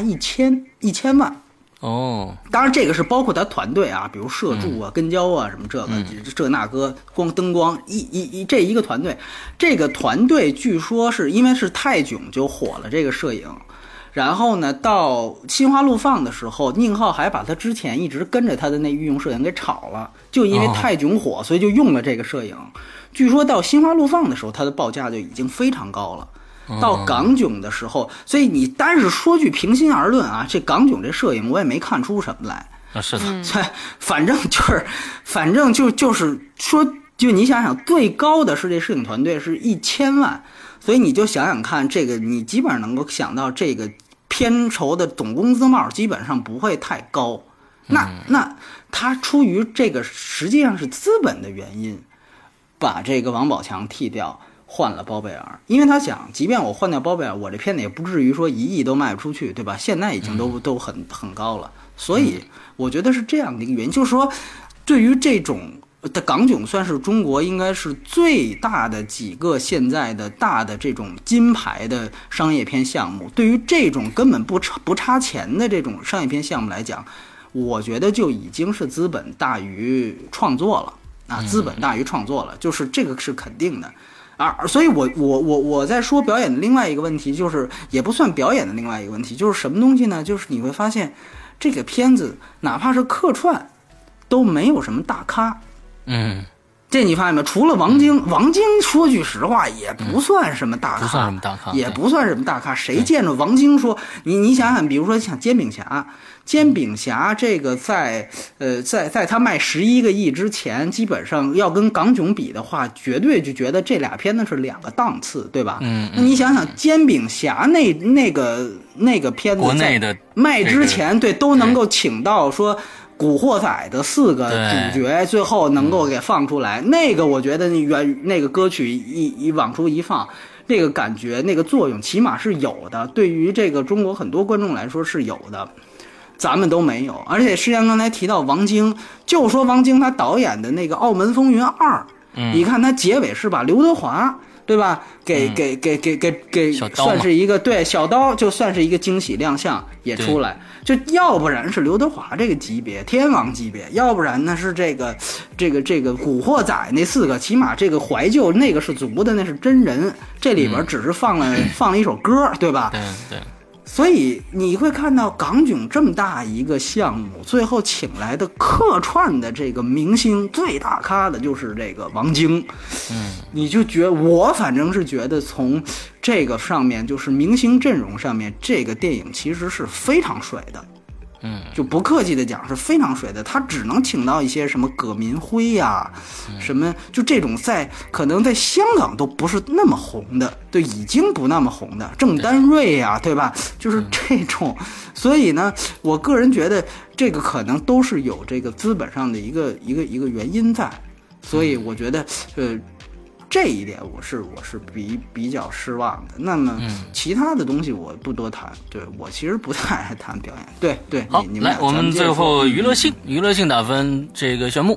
1000万。当然这个是包括他团队啊，比如摄助啊、跟焦啊什么这那个，光灯光这一个团队，这个团队据说是因为是泰囧就火了这个摄影，然后呢到心花怒放的时候，宁浩还把他之前一直跟着他的那御用摄影给炒了，就因为泰囧火，所以就用了这个摄影。据说到心花怒放的时候，他的报价就已经非常高了。到港囧的时候，所以你单是说句平心而论啊，这港囧这摄影我也没看出什么来啊。是的， 反正就是说，就你想想，最高的是这摄影团队是1000万，所以你就想想看，这个你基本上能够想到这个片酬的总工资帽基本上不会太高。那他出于这个实际上是资本的原因，把这个王宝强剃掉。换了包贝尔，因为他想，即便我换掉包贝尔，我这片子也不至于说1亿都卖不出去，对吧？现在已经都很高了，所以我觉得是这样的一个原因，就是说，对于这种的港囧，算是中国应该是最大的几个现在的大的这种金牌的商业片项目。对于这种根本不差钱的这种商业片项目来讲，我觉得就已经是资本大于创作了啊，资本大于创作了，就是这个是肯定的。所以我在说表演的另外一个问题，就是也不算表演的另外一个问题，就是什么东西呢？就是你会发现，这个片子哪怕是客串，都没有什么大咖。这你发现没？除了王晶说句实话也不算什么大咖， 不算什么大咖， 也不算什么大咖。谁见着王晶说你想想，比如说像煎饼侠这个在他卖11个亿之前，基本上要跟港囧比的话，绝对就觉得这俩片子是2个档次，对吧？那你想想煎饼侠那个片子国内的卖之前，对，都能够请到说古惑仔的4个主角，最后能够给放出来，那个我觉得那个歌曲一往出一放，这个感觉那个作用起码是有的，对于这个中国很多观众来说是有的，咱们都没有。而且实际上刚才提到王晶，就说王晶他导演的那个《澳门风云2》，你看他结尾是把刘德华，对吧？给算是一个对小刀，就算是一个惊喜亮相也出来。就要不然是刘德华这个级别天王级别，要不然呢是这个古惑仔那4个，起码这个怀旧那个是足的，那是真人，这里边只是放了一首歌，对吧？ 对。 所以你会看到港囧这么大一个项目，最后请来的客串的这个明星最大咖的就是这个王晶。你就我反正是觉得从这个上面，就是明星阵容上面，这个电影其实是非常水的。就不客气的讲是非常水的，他只能请到一些什么葛民辉呀，什么就这种可能在香港都不是那么红的，对，已经不那么红的郑丹瑞呀，对吧？就是这种，所以呢，我个人觉得这个可能都是有这个资本上的一个原因在，所以我觉得这一点我是比较失望的。那么其他的东西我不多谈，对，我其实不太爱谈表演。对， 好，来我们最后娱乐性打分这个宣布。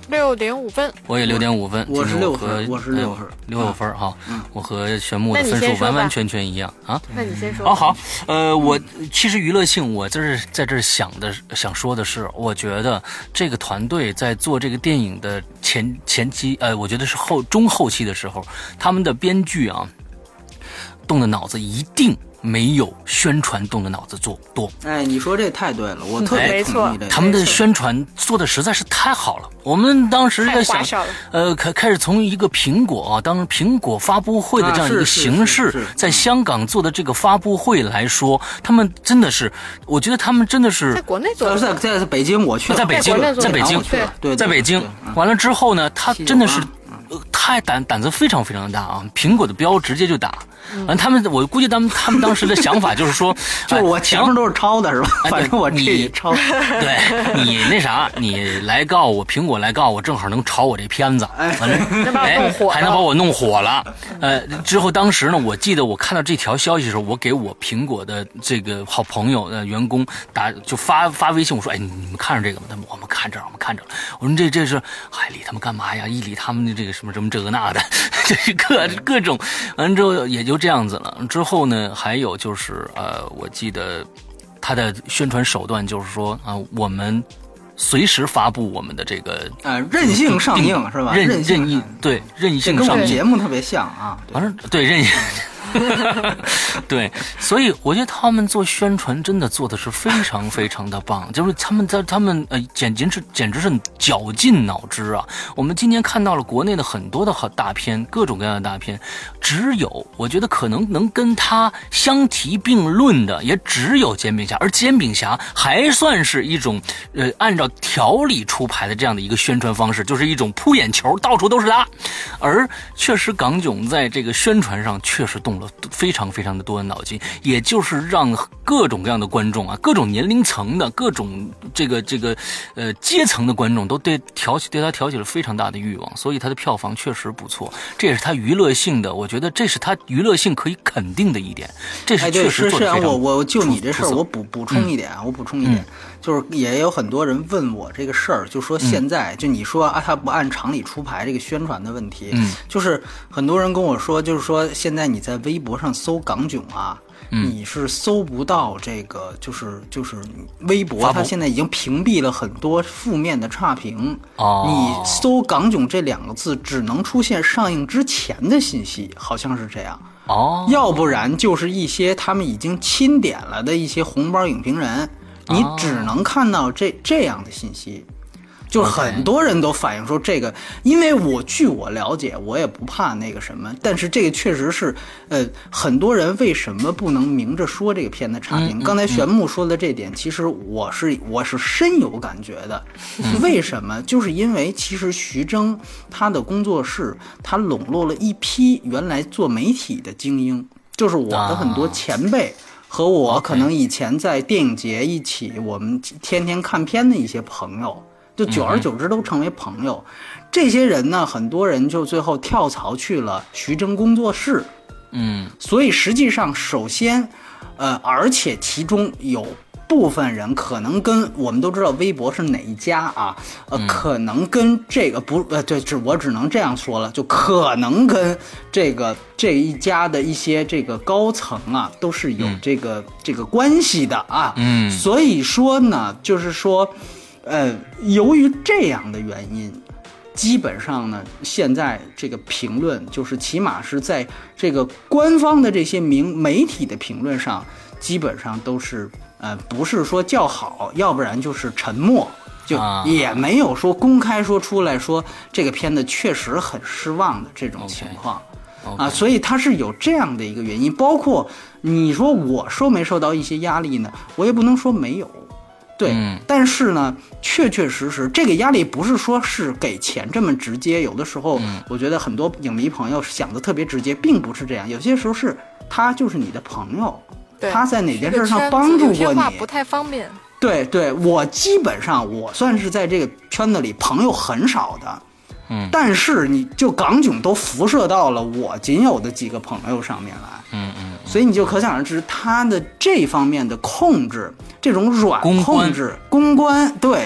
6.5分， 我也6.5分， 我是6 分， 我是6分 ，6分哈。我和玄牧的分数完完全全一样啊。 那你先说。 哦，好，我其实娱乐性，我在这想说的是，我觉得这个团队在做这个电影的前期，我觉得是中后期的时候，他们的编剧啊，动的脑子一定没有宣传动的脑子多。 哎，你说这太对了，我特别同意这个。 他们的宣传做的实在是太好了。我们当时在想，开始从一个苹果啊，当时苹果发布会的这样一个形式，在香港做的这个发布会来说，他们真的是，我觉得他们真的是在国内做的， 在北京我去了， 在北京， 对， 在北京。完了之后呢，他真的是。太胆子非常非常大啊！苹果的标直接就打，我估计他们当时的想法就是说， 就我前面都是抄的是吧？反正我这也抄。 对你那啥，你来告我，苹果来告我，正好能炒我这片子，完了，还能把我弄火了。之后当时呢，我记得我看到这条消息的时候，我给我苹果的这个好朋友员工就发微信，我说，哎，你们看着这个吗？他们我们看着了。我说这是，哎，理他们干嘛呀？一理他们的这个什么这个那的，这是各种，完之后也就这样子了。之后呢，还有就是我记得他的宣传手段就是说我们随时发布我们的这个任性上映是吧？任性对任性上映， 跟我们节目特别像啊。 反正对任性。对，所以我觉得他们做宣传真的做的是非常非常的棒，就是他们简直是绞尽脑汁啊！我们今年看到了国内的很多的好大片，各种各样的大片，只有我觉得可能能跟他相提并论的，也只有煎饼侠，而煎饼侠还算是一种按照条理出牌的这样的一个宣传方式，就是一种扑眼球，到处都是他。而确实港囧在这个宣传上确实动了非常非常的多的脑筋，也就是让各种各样的观众啊，各种年龄层的各种这个阶层的观众都对他挑起了非常大的欲望，所以他的票房确实不错，这也是他娱乐性的，我觉得这是他娱乐性可以肯定的一点，这是确实做得非常我就你这事儿我补充一点啊，就是也有很多人问我这个事儿，就说现在就你说他不按常理出牌这个宣传的问题，就是很多人跟我说，就是说现在你在微博上搜港囧啊，你是搜不到这个，就是微博它现在已经屏蔽了很多负面的差评，你搜港囧这2个字只能出现上映之前的信息，好像是这样。要不然就是一些他们已经钦点了的一些红包影评人，你只能看到这样的信息。就是很多人都反映说这个，因为据我了解，我也不怕那个什么，但是这个确实是，很多人为什么不能明着说这个片的差评？刚才玄牧说的这点，其实我是深有感觉的。为什么？就是因为其实徐峥他的工作室，他笼络了一批原来做媒体的精英，就是我的很多前辈。和我可能以前在电影节一起，我们天天看片的一些朋友。就久而久之都成为朋友，这些人呢，很多人就最后跳槽去了徐峥工作室，所以实际上首先，而且其中有部分人可能跟我们都知道微博是哪一家啊，可能跟这个我只能这样说了，就可能跟这一家的一些这个高层啊，都是有这个关系的啊，所以说呢，就是说。由于这样的原因，基本上呢，现在这个评论就是起码是在这个官方的这些媒体的评论上，基本上都是不是说叫好，要不然就是沉默，就也没有说公开说出来说这个片子确实很失望的这种情况。所以它是有这样的一个原因，包括你说我受没受到一些压力呢？我也不能说没有。对，但是呢，确实这个压力不是说是给钱这么直接，有的时候我觉得很多影迷朋友想的特别直接，并不是这样，有些时候是他就是你的朋友，他在哪件事上帮助过你， 话不太方便。 对，我基本上我算是在这个圈子里朋友很少的，但是你就港囧都辐射到了我仅有的几个朋友上面来，所以你就可想而知他的这方面的控制，这种软控制公关对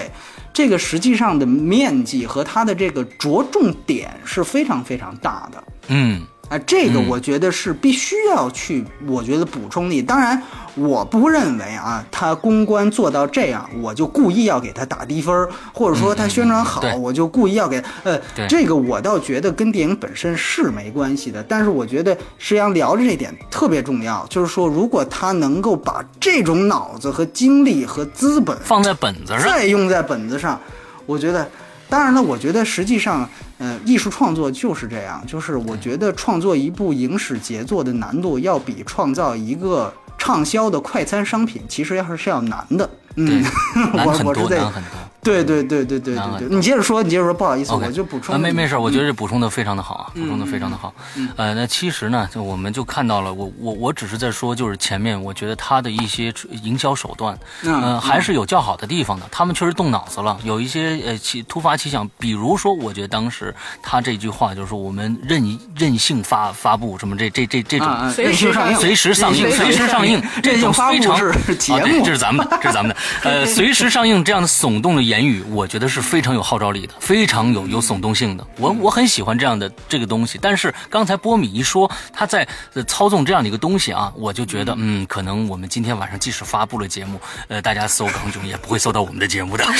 这个实际上的面积和它的这个着重点是非常非常大的。这个我觉得是必须要去，我觉得补充的。当然，我不认为啊，他公关做到这样，我就故意要给他打低分，或者说他宣传好，我就故意要给这个我倒觉得跟电影本身是没关系的。但是我觉得实际上聊的这点特别重要，就是说，如果他能够把这种脑子和精力和资本放在本子上， 再用在本子上，我觉得。当然了，我觉得实际上，艺术创作就是这样，就是我觉得创作一部影史杰作的难度要比创造一个畅销的快餐商品其实是要难的。 难很多，难很多。 对，你接着说，不好意思， 我就补充。 没事，我觉得这补充的非常的好啊，补充的非常的好。那其实呢，就我们就看到了，我只是在说，就是前面我觉得他的一些营销手段，还是有较好的地方的。他们确实动脑子了，有一些突发奇想，比如说，我觉得当时他这句话就是说，我们任性发布什么这种随时上映， 随时上映，这种非常是节目， 这是咱们的，随时上映这样的耸动的言语，我觉得是非常有号召力的，非常有耸动性的。我很喜欢这样的这个东西。但是刚才波米一说他在操纵这样的一个东西啊，我就觉得可能我们今天晚上即使发布了节目，大家搜港囧也不会搜到我们的节目的。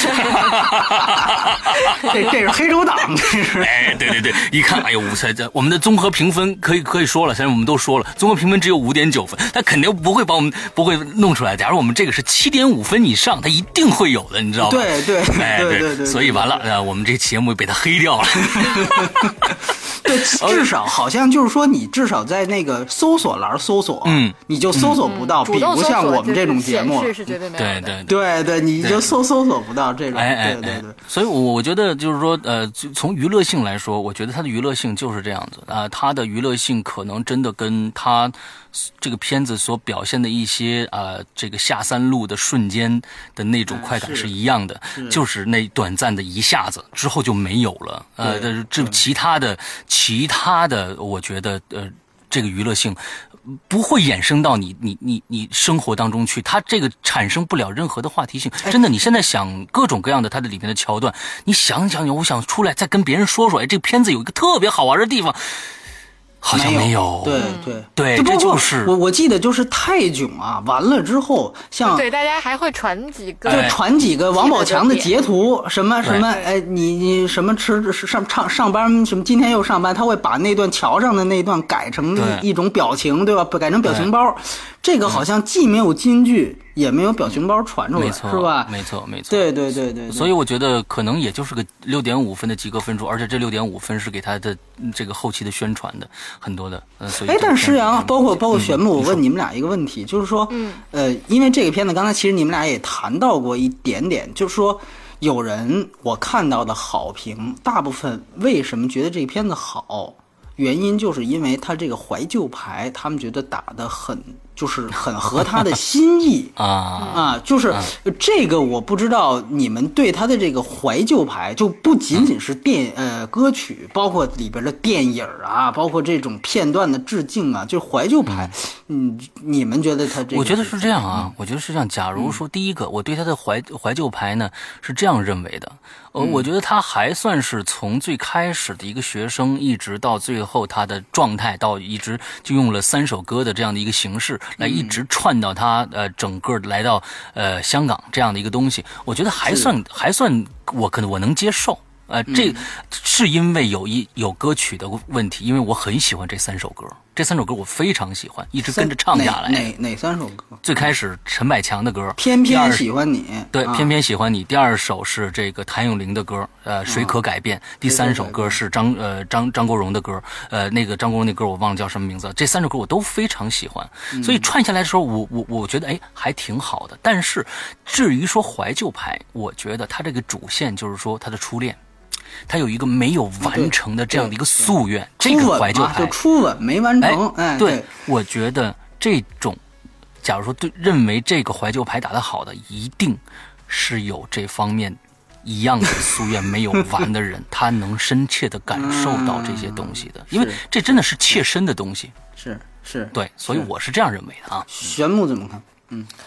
这是黑手党，这是。 对，一看，哎呦，我们的综合评分可以说了，现在我们都说了，综合评分只有5.9分，他肯定不会弄出来。假如我们这个是7.5分以上，他一定会有的，你知道吗？ 对， 所以完了，我们这节目被他黑掉了。 对，至少好像就是说，你至少在那个搜索栏搜索，你就搜索不到，比不像我们这种节目， 是绝对没有的。 对，你就搜索不到这种。对。 所以我觉得就是说，从娱乐性来说，我觉得它的娱乐性就是这样子啊，它的娱乐性可能真的跟它这个片子所表现的一些这个下三路的瞬间的那种快感是一样的，就是那短暂的一下子之后就没有了。这其他的，我觉得这个娱乐性不会衍生到你生活当中去，它这个产生不了任何的话题性。真的，你现在想各种各样的它的里面的桥段，你想想，我想出来再跟别人说，这个片子有一个特别好玩的地方。好像没有， 对， 这就是我记得就是泰囧啊，完了之后像对大家还会传几个王宝强的截图，什么你什么上班什么今天又上班，他会把那段桥上的那段改成一种表情，对吧？改成表情包，这个好像既没有金句，也没有表情包传出来，是吧？ 没错。 对。 所以我觉得可能也就是个6.5分的及格分数，而且这6.5分是给他的这个后期的宣传的很多的。所以但是施洋包括玄木，我问你们俩一个问题，就是说，因为这个片子刚才其实你们俩也谈到过一点点，就是说有人我看到的好评，大部分为什么觉得这个片子好？原因就是因为他这个怀旧牌，他们觉得打得很合他的心意就是这个我不知道你们对他的这个怀旧牌，就不仅仅是歌曲，包括里边的电影啊，包括这种片段的致敬啊，就是怀旧牌。你们觉得他这个？ 我觉得是这样啊，我觉得是这样。假如说第一个，我对他的怀旧牌呢是这样认为的。我觉得他还算是从最开始的一个学生，一直到最后他的状态，到一直就用了3首歌的这样的一个形式来一直串到他整个来到香港这样的一个东西，我觉得还算我能接受。这是因为有歌曲的问题，因为我很喜欢这3首歌。这3首歌我非常喜欢，一直跟着唱下来。 哪3首歌？最开始陈百强的歌， 偏偏喜欢你。 对，偏偏喜欢你。第2首是这个谭咏麟的歌，谁可改变。第3首歌是张国荣的歌，那个张国荣那歌我忘了叫什么名字。这3首歌我都非常喜欢，所以串下来的时候，我觉得还挺好的。但是至于说怀旧牌，我觉得它这个主线就是说他的初恋。他有一个没有完成的这样的一个夙愿，这个怀旧牌就初吻没完成。 对，我觉得这种，假如说认为这个怀旧牌打得好的，一定是有这方面一样的夙愿没有完的人，他能深切的感受到这些东西的，因为这真的是切身的东西。 是， 对，所以我是这样认为的啊。 玄木怎么看？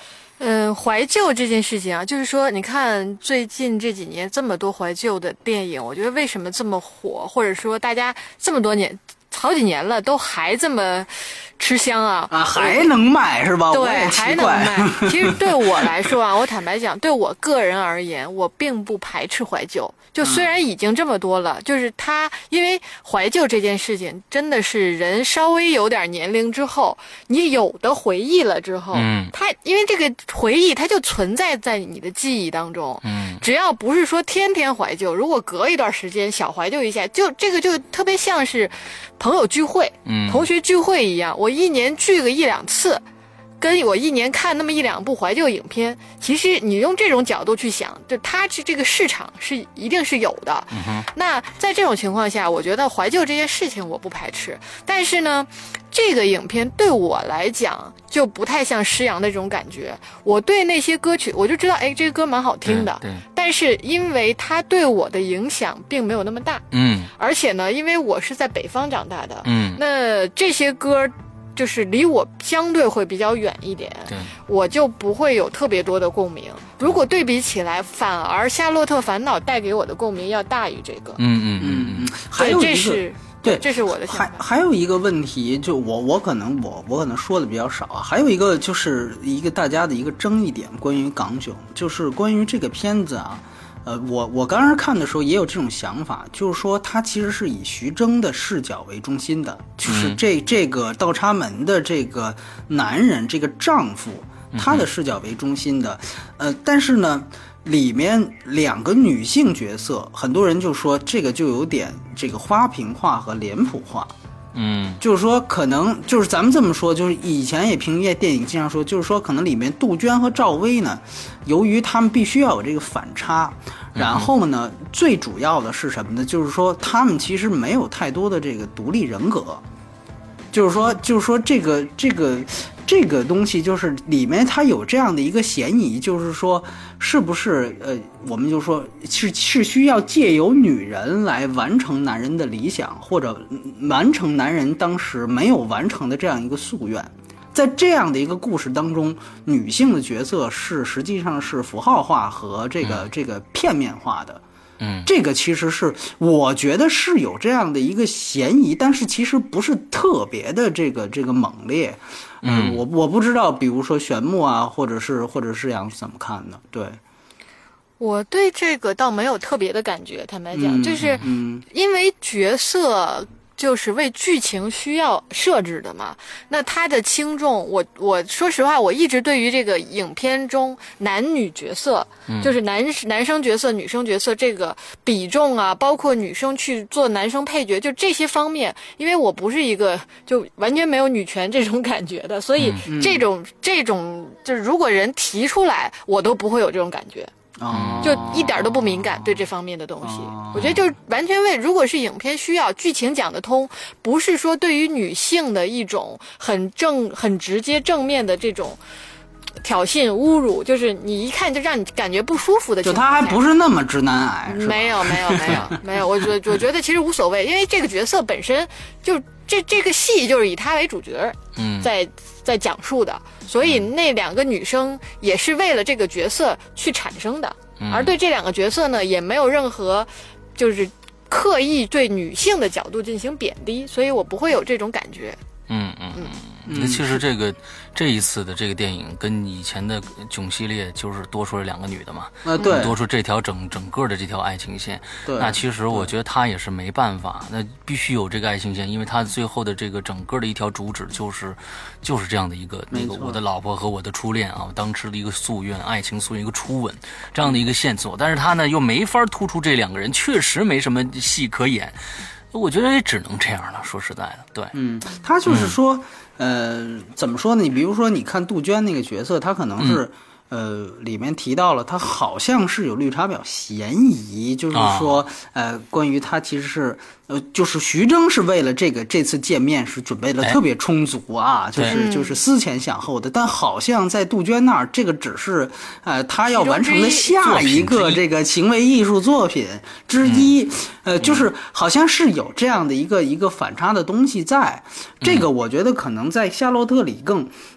怀旧这件事情啊，就是说，你看最近这几年这么多怀旧的电影，我觉得为什么这么火，或者说大家这么多年、好几年了都还这么吃香啊？ 还能卖是吧？ 对，还能卖。其实对我来说啊，我坦白讲，对我个人而言，我并不排斥怀旧。就虽然已经这么多了，就是它，因为怀旧这件事情，真的是人稍微有点年龄之后，你有的回忆了之后，它因为这个回忆它就存在在你的记忆当中，只要不是说天天怀旧，如果隔一段时间小怀旧一下，就这个就特别像是朋友聚会、同学聚会一样，我一年聚个1-2次。跟我一年看那么1-2部怀旧影片，其实你用这种角度去想，就它这个市场是一定是有的。那在这种情况下，我觉得怀旧这件事情我不排斥，但是呢，这个影片对我来讲就不太像施洋的这种感觉。我对那些歌曲，我就知道，哎，这个歌蛮好听的，但是因为它对我的影响并没有那么大，而且呢，因为我是在北方长大的，那这些歌就是离我相对会比较远一点，我就不会有特别多的共鸣。如果对比起来，反而《夏洛特烦恼》带给我的共鸣要大于这个。 还有这是对， 这是我的想法。 还有一个问题，就我可能说的比较少啊。还有一个就是一个大家的一个争议点，关于港囧，就是关于这个片子啊。我刚开始看的时候也有这种想法，就是说它其实是以徐峥的视角为中心的，就是这个倒插门的这个男人，这个丈夫，他的视角为中心的。但是呢，里面2个女性角色，很多人就说这个就有点这个花瓶化和脸谱化。就是说可能就是咱们这么说，就是以前也评电影经常说，就是说可能里面杜鹃和赵薇呢，由于他们必须要有这个反差，然后呢最主要的是什么呢，就是说他们其实没有太多的这个独立人格，就是说这个东西就是里面它有这样的一个嫌疑，就是说是不是我们就说是需要借由女人来完成男人的理想，或者完成男人当时没有完成的这样一个夙愿。在这样的一个故事当中，女性的角色实际上是符号化和这个片面化的。这个其实是我觉得是有这样的一个嫌疑，但是其实不是特别的这个猛烈。我不知道，比如说玄牧啊，或者是这样怎么看呢？对， 我对这个倒没有特别的感觉，坦白讲，就是因为角色就是为剧情需要设置的嘛。那它的轻重，我说实话，我一直对于这个影片中男女角色，就是男生角色、女生角色这个比重啊，包括女生去做男生配角，就这些方面，因为我不是一个就完全没有女权这种感觉的，所以这种就是如果人提出来，我都不会有这种感觉。就一点都不敏感对这方面的东西。我觉得就是完全如果是影片需要剧情讲得通，不是说对于女性的一种很直接正面的这种挑衅侮辱，就是你一看就让你感觉不舒服的情况下， 就他还不是那么直男癌。 没有我觉得其实无所谓，因为这个角色本身就这个戏就是以他为主角在讲述的，所以那2个女生也是为了这个角色去产生的，而对这2个角色呢也没有任何就是刻意对女性的角度进行贬低，所以我不会有这种感觉。 其实这一次的这个电影跟以前的囧系列就是多出了2个女的嘛， 对， 多出这条整个的这条爱情线。 对， 那其实我觉得他也是没办法，那必须有这个爱情线，因为他最后的这个整个的一条主旨就是这样的一个那个我的老婆和我的初恋啊，当时的一个夙愿，爱情夙愿，一个初吻这样的一个线索，但是他呢又没法突出这2个人，确实没什么戏可演。我觉得也只能这样了，说实在的，对， 他就是说，怎么说呢？你比如说，你看杜鹃那个角色，他可能是，里面提到了他好像是有绿茶婊嫌疑，就是说，关于他其实是，就是徐峥是为了这次见面是准备了特别充足啊，就是思前想后的，但好像在杜鹃那儿，这个只是，他要完成的下一个这个行为艺术作品之一，就是好像是有这样的一个反差的东西在，这个我觉得可能在夏洛特里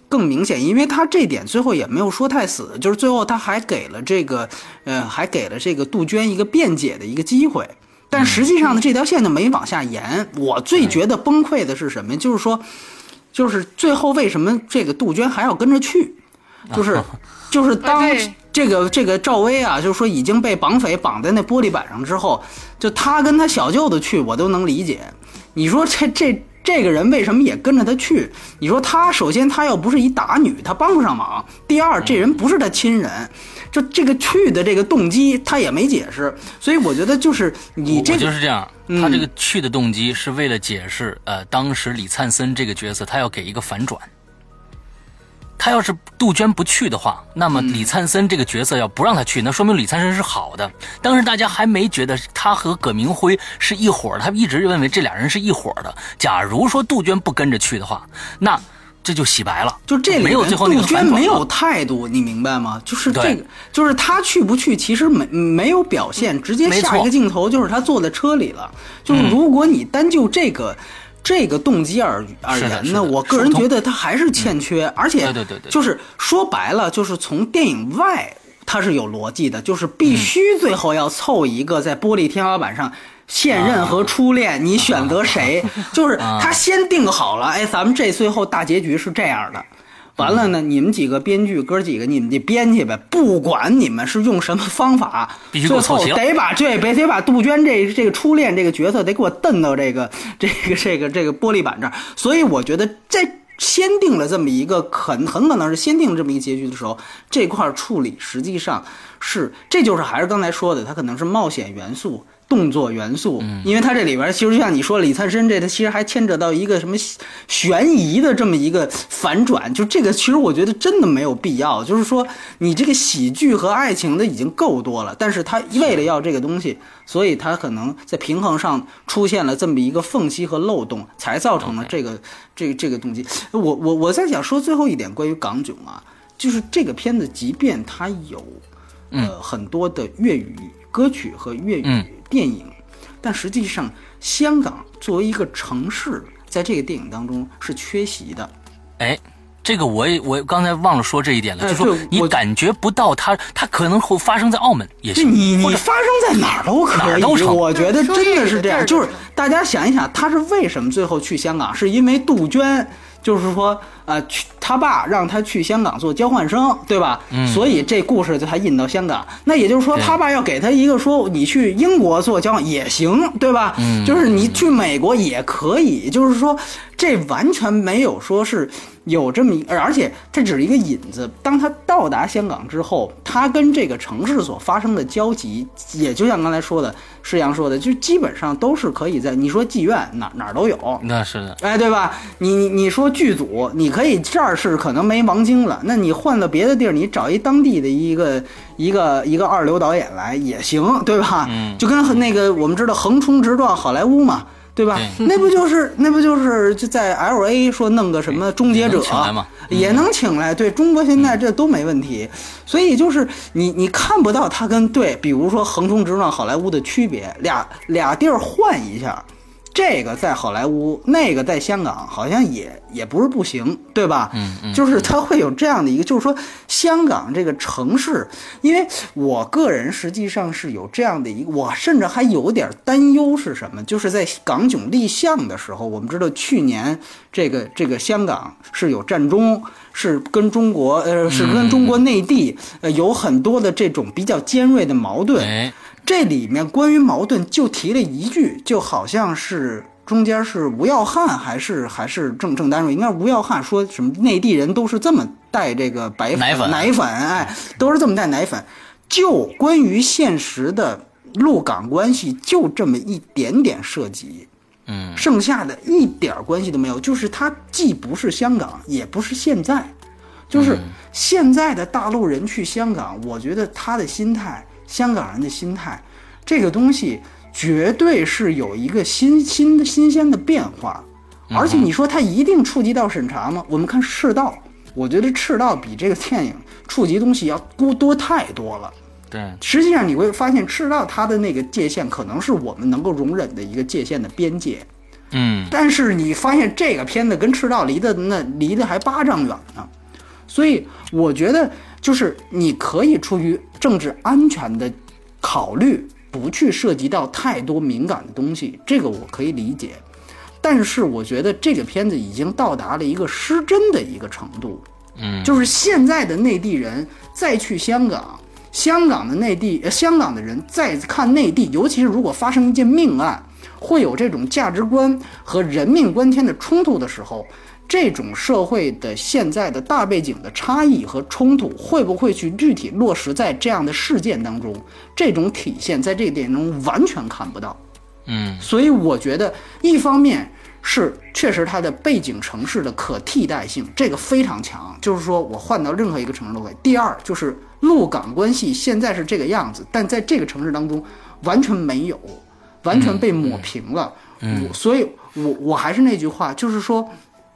更明显，因为他这点最后也没有说太死，就是最后他还给了这个杜鹃一个辩解的一个机会，但实际上呢，这条线就没往下延。我最觉得崩溃的是什么？就是说，就是最后为什么这个杜鹃还要跟着去？就是当这个赵薇啊，就是说已经被绑匪绑在那玻璃板上之后，就他跟他小舅子去，我都能理解。你说这个人为什么也跟着他去？你说他首先他又不是一打女，他帮不上忙；第二，这人不是他亲人，就这个去的这个动机他也没解释。所以我觉得就是你这个就是这样，他这个去的动机是为了解释当时李灿森这个角色他要给一个反转。他要是杜鹃不去的话，那么李灿森这个角色要不让他去，那说明李灿森是好的。当时大家还没觉得他和葛明辉是一伙，他一直认为这俩人是一伙的。假如说杜鹃不跟着去的话，那这就洗白了。 就这里面没有最后那个杜鹃没有态度，你明白吗？就是这个，就是他去不去，其实没有表现，直接下一个镜头就是他坐在车里了。就是如果你单就这个动机而言呢，我个人觉得它还是欠缺，而且就是说白了，就是从电影外它是有逻辑的，就是必须最后要凑一个在玻璃天花板上现任和初恋，你选择谁？就是他先定好了，哎，咱们这最后大结局是这样的。完了呢，你们几个编剧哥几个，你们得编去呗，不管你们是用什么方法，最后得把杜鹃这个初恋这个角色得给我蹬到这个玻璃板这儿。所以我觉得在先定了这么一个很可能是先定了这么一个结局的时候，这块处理实际上是这就是还是刚才说的，它可能是冒险元素。动作元素，因为它这里边其实就像你说李灿森它其实还牵扯到一个什么悬疑的这么一个反转，就这个其实我觉得真的没有必要。就是说你这个喜剧和爱情的已经够多了，但是他为了要这个东西，所以他可能在平衡上出现了这么一个缝隙和漏洞，才造成了这个动机。我在想说最后一点关于港囧啊，就是这个片子即便它有很多的粤语歌曲和粤语电影，但实际上香港作为一个城市，在这个电影当中是缺席的。 哎，这个我刚才忘了说这一点了，就是说你感觉不到它可能会发生在澳门也行， 你发生在哪儿都可以， 哪儿都成。 我觉得真的是这样，就是大家想一想，他是为什么最后去香港，是因为杜鹃。就是说，他爸让他去香港做交换生，对吧？所以这故事才引到香港。那也就是说，他爸要给他一个说，你去英国做交换也行，对吧？就是你去美国也可以。就是说，这完全没有说是有这么一，而且这只是一个引子。当他到达香港之后，他跟这个城市所发生的交集，也就像刚才说的，施洋说的，就基本上都是可以在你说妓院哪儿都有， 那是的， 哎，对吧？你说剧组，你可以这儿是可能没王晶了，那你换到别的地儿，你找一当地的一个二流导演来也行，对吧？就跟那个我们知道横冲直撞好莱坞嘛。对吧？那不就是就在 LA 说弄个什么终结者也能请来，对中国现在这都没问题，所以就是你看不到它跟对，比如说横冲直撞好莱坞的区别，俩地儿换一下。这个在好莱坞，那个在香港，好像也不是不行，对吧？就是它会有这样的一个，就是说香港这个城市，因为我个人实际上是有这样的一个，我甚至还有点担忧是什么？就是在港囧立项的时候，我们知道去年这个香港是有战中，是跟中国内地有很多的这种比较尖锐的矛盾。这里面关于矛盾就提了一句，就好像是中间是吴耀汉还是郑丹瑞，应该是吴耀汉说什么内地人都是这么带这个奶粉，哎，都是这么带奶粉。就关于现实的陆港关系，就这么一点点涉及，剩下的一点关系都没有。就是它既不是香港，也不是现在，就是现在的大陆人去香港，我觉得他的心态。香港人的心态，这个东西绝对是有一个新鲜的变化，而且你说它一定触及到审查吗？我们看赤道，我觉得赤道比这个电影触及东西要多太多了。 对， 实际上你会发现赤道它的那个界限可能是我们能够容忍的一个界限的边界，但是你发现这个片子跟赤道离得还8丈远呢。 所以我觉得就是你可以出于政治安全的考虑，不去涉及到太多敏感的东西，这个我可以理解。但是我觉得这个片子已经到达了一个失真的一个程度，就是现在的内地人再去香港，香港的人再看内地，尤其是如果发生一件命案，会有这种价值观和人命关天的冲突的时候，这种社会的现在的大背景的差异和冲突会不会去具体落实在这样的事件当中，这种体现在这个电影中完全看不到。所以我觉得一方面是确实它的背景城市的可替代性，这个非常强，就是说我换到任何一个城市都可以。第二就是陆港关系现在是这个样子，但在这个城市当中完全没有，完全被抹平了。所以我还是那句话，就是说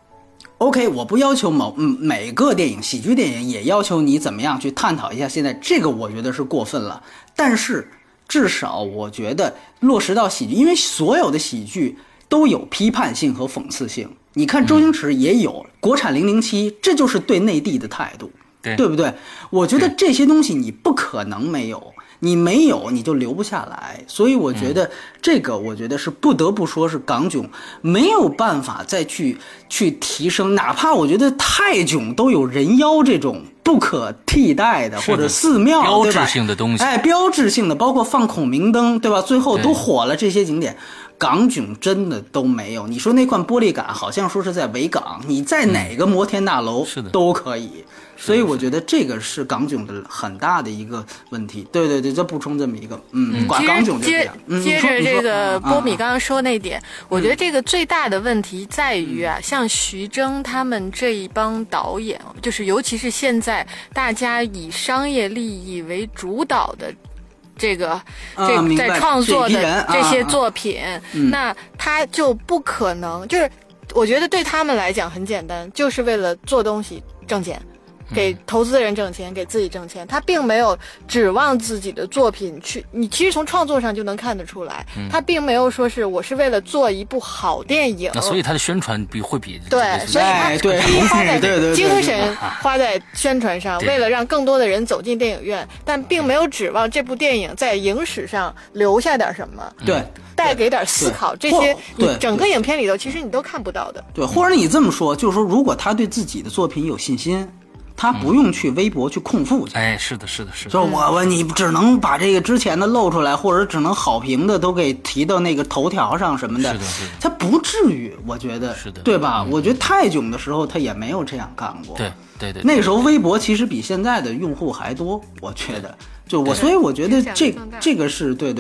OK， 我不要求每个电影，喜剧电影也要求你怎么样去探讨一下现在，这个我觉得是过分了。但是至少我觉得落实到喜剧，因为所有的喜剧都有批判性和讽刺性。你看周星驰也有国产007，这就是对内地的态度，对不对？我觉得这些东西你不可能没有，你没有你就留不下来。所以我觉得这个，我觉得是不得不说是港囧没有办法再去提升，哪怕我觉得泰囧都有人妖这种不可替代的，或者寺庙标志性的东西， 标志性的，包括放孔明灯，对吧？最后都火了这些景点。港囧真的都没有。你说那块玻璃杆好像说是在维港，你在哪个摩天大楼都可以。所以我觉得这个是港囧的很大的一个问题。对，再补充这么一个，港囧就这样。 接着这个波米刚刚说那点，我觉得这个最大的问题在于像徐峥他们这一帮导演，就是尤其是现在大家以商业利益为主导的。这在创作的这些作品，那他就不可能，就是我觉得对他们来讲很简单，就是为了做东西挣钱，给投资人挣钱，给自己挣钱，他并没有指望自己的作品去，你其实从创作上就能看得出来，他并没有说是我是为了做一部好电影， 所以他的宣传会比对，所以他花在精神花在宣传上，为了让更多的人走进电影院，但并没有指望这部电影在影史上留下点什么， 对， 带给点思考，这些你整个影片里头其实你都看不到的。 对，或者你这么说，就是说如果他对自己的作品有信心，他不用去微博去控诉去。 是的。 就是你只能把这个之前的露出来，或者只能好评的都给提到那个头条上什么的。是的。他不至于，我觉得是的，对吧？我觉得泰囧的时候他也没有这样干过。对。那个时候微博其实比现在的用户还多，我觉得。所以我觉得这个是对。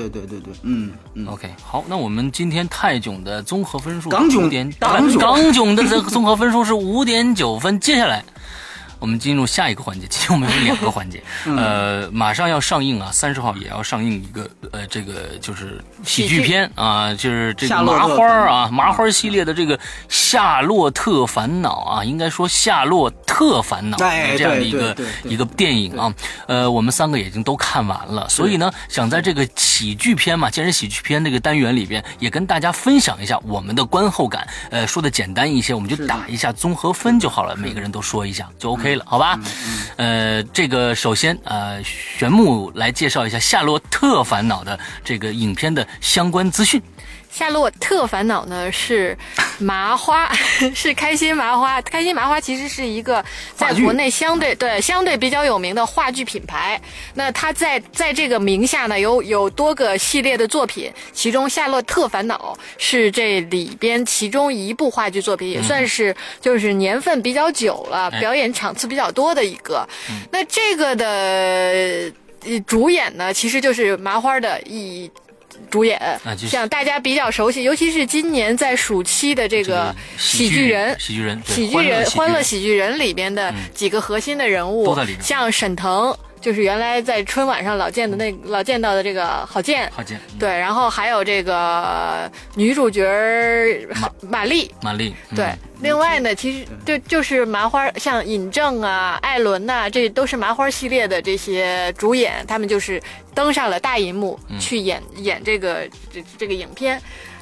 OK， 好，那我们今天泰囧的综合分数， 港囧的综合分数是5.9分。接下来我们进入下一个环节，其实我们有2个环节，马上要上映啊，30号也要上映一个这个就是喜剧片啊，就是这个麻花系列的这个《夏洛特烦恼》啊，应该说《夏洛特烦恼》这样的一个电影啊，我们3个已经都看完了，所以呢，想在这个喜剧片嘛，既然喜剧片这个单元里边，也跟大家分享一下我们的观后感，说的简单一些，我们就打一下综合分就好了，每个人都说一下就 OK。好吧，这个首先玄牧来介绍一下《夏洛特烦恼》的这个影片的相关资讯。 夏洛特烦恼呢是麻花，是开心麻花。开心麻花其实是一个在国内相对比较有名的话剧品牌。那它在这个名下呢有多个系列的作品，其中夏洛特烦恼是这里边其中一部话剧作品，也算是就是年份比较久了，表演场次比较多的一个。那这个的主演呢，其实就是麻花的主演，像大家比较熟悉，尤其是今年在暑期的这个喜剧人欢乐喜剧人里边的几个核心的人物，像沈腾，就是原来在春晚上老见到的这个郝建，对，然后还有这个女主角马丽，对。另外呢，其实就是麻花，像尹正啊、艾伦呐，这都是麻花系列的这些主演，他们就是登上了大银幕去演这个影片。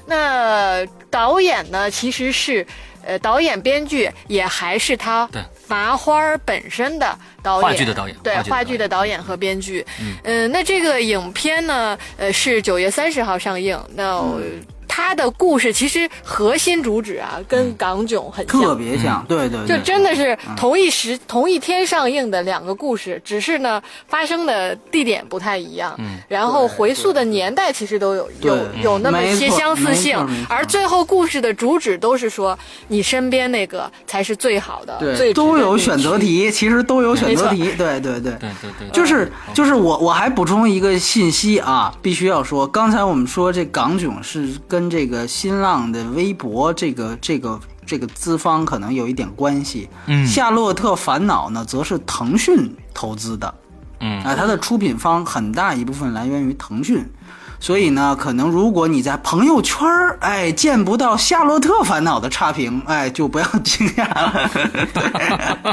那导演呢，其实是导演编剧也还是他麻花本身的导演， 话剧的导演， 对，话剧的导演和编剧。那这个影片呢，是9月30号上映。那它的故事其实核心主旨啊，跟港囧很像， 特别像，对对对， 就真的是同一天上映的两个故事，只是呢发生的地点不太一样，然后回溯的年代其实都有那么一些相似性，而最后故事的主旨都是说你身边那个才是最好的， 对，都有选择题，其实都有选择题，对，就是我还补充一个信息啊，必须要说，刚才我们说这港囧是跟这个新浪的微博这个资方可能有一点关系。夏洛特烦恼呢，则是腾讯投资的。它的出品方很大一部分来源于腾讯，所以呢，可能如果你在朋友圈见不到夏洛特烦恼的差评，就不要惊讶了。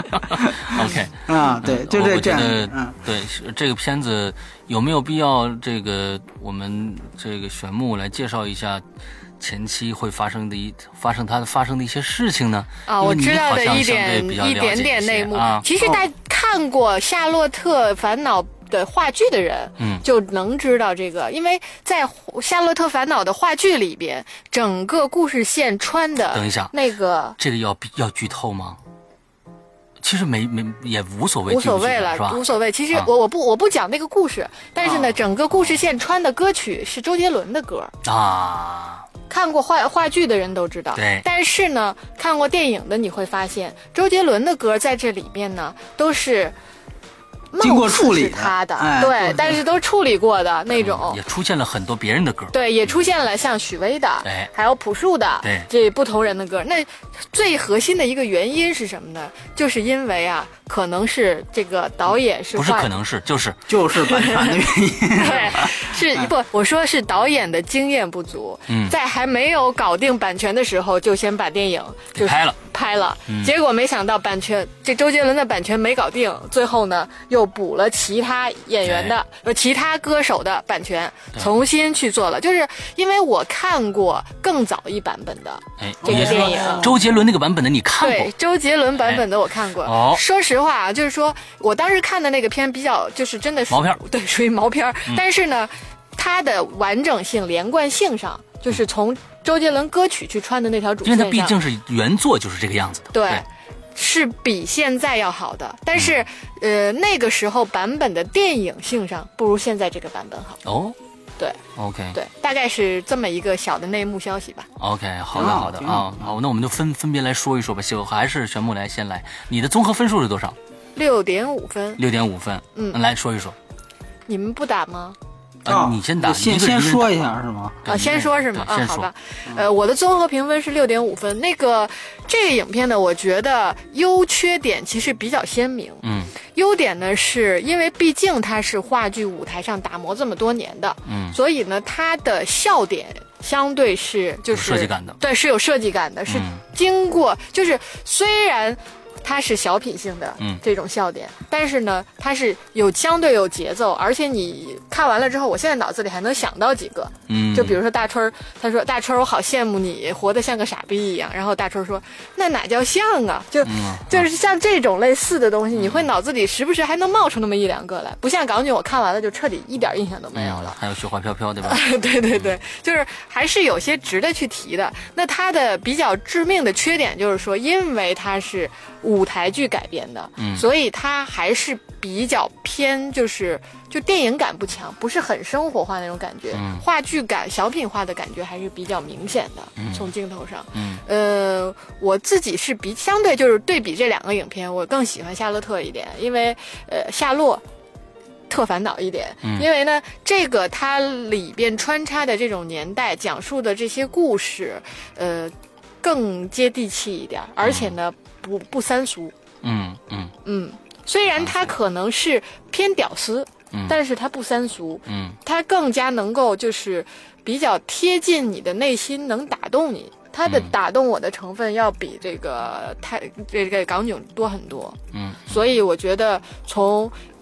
OK 啊，对，就这样。 对，这个片子有没有必要我们这个选目来介绍一下前期会发生的一些事情呢？ 我知道的一点点内幕。其实大家看过《夏洛特烦恼》的话剧的人，就能知道这个，因为在《夏洛特烦恼》的话剧里边，整个故事线穿的， 等一下， 那个这个要剧透吗？其实也无所谓， 无所谓了，是吧？无所谓。其实我不讲那个故事，但是呢，整个故事线穿的歌曲是周杰伦的歌啊。看过话剧的人都知道， 对。 但是呢，看过电影的你会发现，周杰伦的歌在这里面呢都是经过处理的，对，但是都处理过的那种， 也出现了很多别人的歌， 对，也出现了像许巍的，还有朴树的， 对， 这不同人的歌。那最核心的一个原因是什么呢？就是因为可能是这个导演是不是可能是就是版权的原因， 对，是不，我说是导演的经验不足，在还没有搞定版权的时候，就先把电影就拍了，结果没想到版权，这周杰伦的版权没搞定，最后呢又补了其他演员的其他歌手的版权，重新去做了。就是因为我看过更早一版本的这个电影， 周杰伦那个版本的你看过？ 对，周杰伦版本的我看过。说实话就是说我当时看的那个片比较就是真的是毛片， 对，属于毛片，但是呢，它的完整性、连贯性上，就是从周杰伦歌曲去穿的那条主线上， 因为它毕竟是原作就是这个样子的， 对，是比现在要好的。但是那个时候版本的电影性上不如现在这个版本好。对 ，OK， 对，大概是这么一个小的内幕消息吧。 OK， 好的啊，好，那我们就分别来说一说吧。还是玄木先来，你的综合分数是多少 ？6.5分。 6.5分，来说一说。 你们不打吗？ 你先打， 先说一下是吗？ 先说是吗？ 先好吧。我的综合评分是6.5分。这个影片呢，我觉得优缺点其实比较鲜明。优点呢，是因为毕竟它是话剧舞台上打磨这么多年的，所以呢，它的笑点相对是就是有设计感的， 对，是有设计感的，是经过就是虽然它是小品性的这种笑点，但是呢，它是相对有节奏，而且你看完了之后，我现在脑子里还能想到几个，就比如说大春，他说大春，我好羡慕你活得像个傻逼一样，然后大春说那哪叫像啊，就是像这种类似的东西，你会脑子里时不时还能冒出那么一两个来，不像港囧，我看完了就彻底一点印象都没有了。 还有雪花飘飘，对吧？ 对，就是还是有些值得去提的。那它的比较致命的缺点就是说，因为它是舞台剧改编的，所以它还是比较偏，就电影感不强，不是很生活化那种感觉，话剧感、小品化的感觉还是比较明显的。从镜头上，我自己是相对就是对比这两个影片，我更喜欢夏洛特一点，因为夏洛特烦恼一点，因为呢，这个它里边穿插的这种年代讲述的这些故事，更接地气一点，而且呢。不三俗，虽然他可能是偏屌丝，但是他不三俗，他更加能够就是比较贴近你的内心，能打动你。他的打动我的成分要比这个港囧多很多，所以我觉得从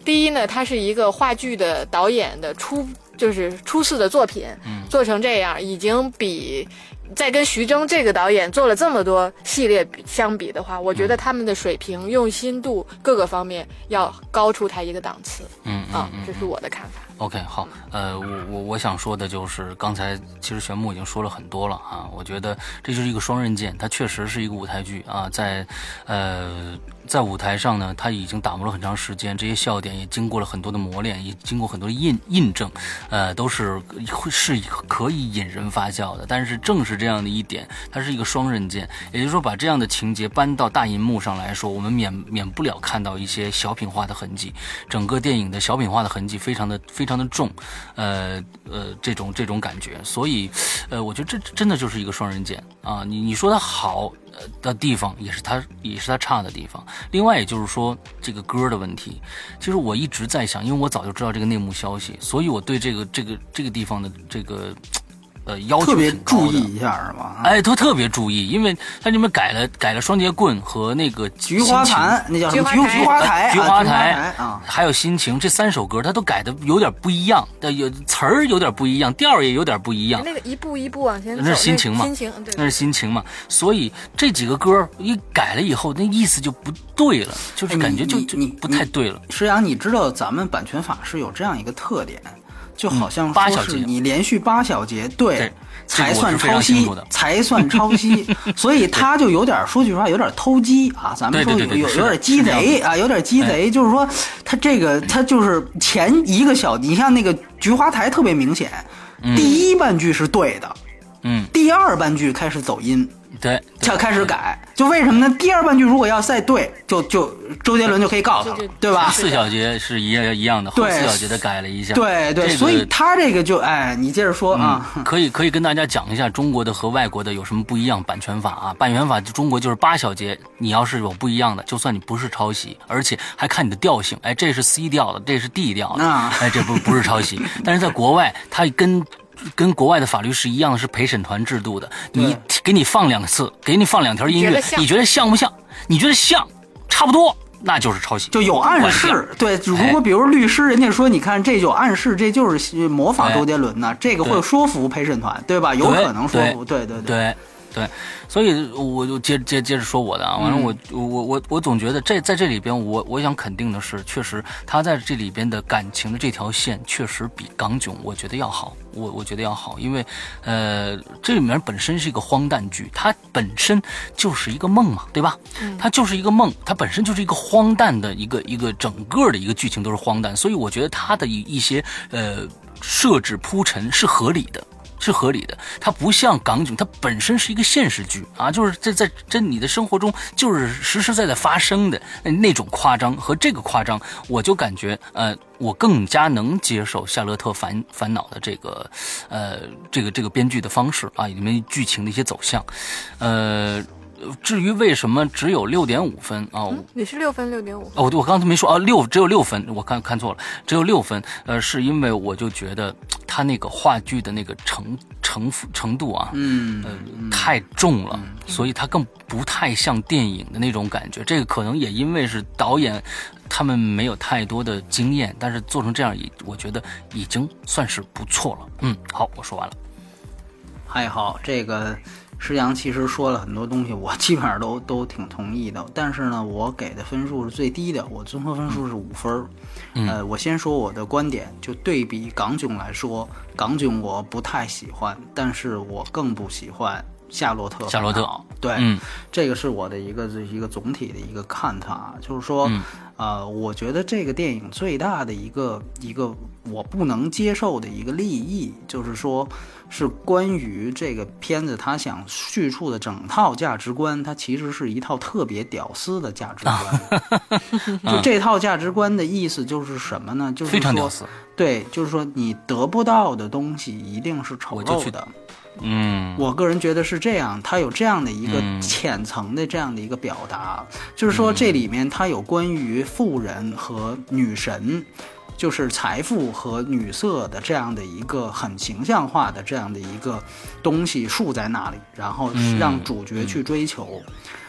第一呢，它是一个话剧的导演的就是初次的作品，做成这样，已经比在跟徐峥这个导演做了这么多系列相比的话，我觉得他们的水平、用心度各个方面要高出他一个档次。这是我的看法。 OK， 好，我想说的就是刚才其实玄牧已经说了很多了啊，我觉得这就是一个双刃剑，它确实是一个舞台剧啊，在舞台上呢，它已经打磨了很长时间，这些笑点也经过了很多的磨练，也经过很多的印证，都是可以引人发笑的。但是正是这样的一点，它是一个双刃剑，也就是说，把这样的情节搬到大银幕上来说，我们免不了看到一些小品化的痕迹，整个电影的小品化的痕迹非常的重，这种感觉，所以我觉得这真的就是一个双刃剑啊！你说它好的地方也是它差的地方。另外也就是说这个歌的问题，其实我一直在想，因为我早就知道这个内幕消息，所以我对这个地方的这个要求特别挺高的注意一下是吧？ 哎，都特别注意，因为它里面改了双节棍和那个菊花坛，那叫什么？菊花台， 菊花台啊， 还有心情，这3首歌它都改的有点不一样，有词儿有点不一样，调儿也有点不一样。 那个一步一步往前走， 那是心情嘛？ 对， 那是心情嘛？所以这几个歌一改了以后，那意思就不对了，就是感觉就不太对了。 石阳，你知道咱们版权法是有这样一个特点，就好像说是你连续8小节，对，才算抄袭，才算抄袭，所以他就有点，说句实话，有点偷鸡啊，咱们说有点鸡贼啊，有点鸡贼，就是说他就是前一个你像那个菊花台特别明显，第一半句是对的，第二半句开始走音。 对， 才开始改，就为什么呢？第二半句如果要再对，就周杰伦就可以告他了，对吧 ？4小节是一样的，后4小节的改了一下。 对，所以他这个就你接着说啊。 可以跟大家讲一下中国的和外国的有什么不一样版权法啊？版权法中国就是8小节，你要是有不一样的，就算你不是抄袭，而且还看你的调性，哎，这是 C 调的，这是 D 调的，哎，这不是抄袭。但是在国外，它跟国外的法律是一样的，是陪审团制度的。你给你放2次，给你放2条音乐，你觉得像不像？你觉得像，差不多，那就是抄袭， 就有暗示。对，如果比如律师人家说，你看这就暗示，这就是模仿周杰伦呢，这个会说服陪审团，对吧？有可能说服，对， 所以我就接着说我的啊，完了我总觉得在这里边我想肯定的是，确实他在这里边的感情的这条线确实比港囧我觉得要好，我觉得要好，因为这里面本身是一个荒诞剧，它本身就是一个梦嘛，对吧？它就是一个梦，它本身就是一个荒诞的一个整个的一个剧情都是荒诞，所以我觉得它的一些设置铺陈是合理的。它不像港囧，它本身是一个现实剧啊，就是在你的生活中就是实实在在发生的那种夸张，和这个夸张，我就感觉我更加能接受夏洛特烦恼的这个编剧的方式啊，里面剧情的一些走向，至于为什么只有6.5分啊？ 你是6分6.5？ 哦，我刚才没说啊，只有6分，我看错了，只有6分。是因为我就觉得他那个话剧的那个程度啊，太重了，所以他更不太像电影的那种感觉。这个可能也因为是导演他们没有太多的经验，但是做成这样，我觉得已经算是不错了。好，我说完了。 还好这个。施洋其实说了很多东西，我基本上都挺同意的，但是呢，我给的分数是最低的，我综合分数是5分。我先说我的观点，就对比港囧来说，港囧我不太喜欢，但是我更不喜欢夏洛特。对，这个是我的一个总体的一个看法，就是说，我觉得这个电影最大的一个我不能接受的一个利益，就是说是关于这个片子他想叙述的整套价值观，它其实是一套特别屌丝的价值观。就这套价值观的意思就是什么呢？就是说非常屌丝。 对，就是说你得不到的东西一定是丑陋的。我个人觉得是这样，它有这样的一个浅层的这样的一个表达，就是说这里面它有关于富人和女神，就是财富和女色的这样的一个很形象化的这样的一个东西竖在那里，然后让主角去追求。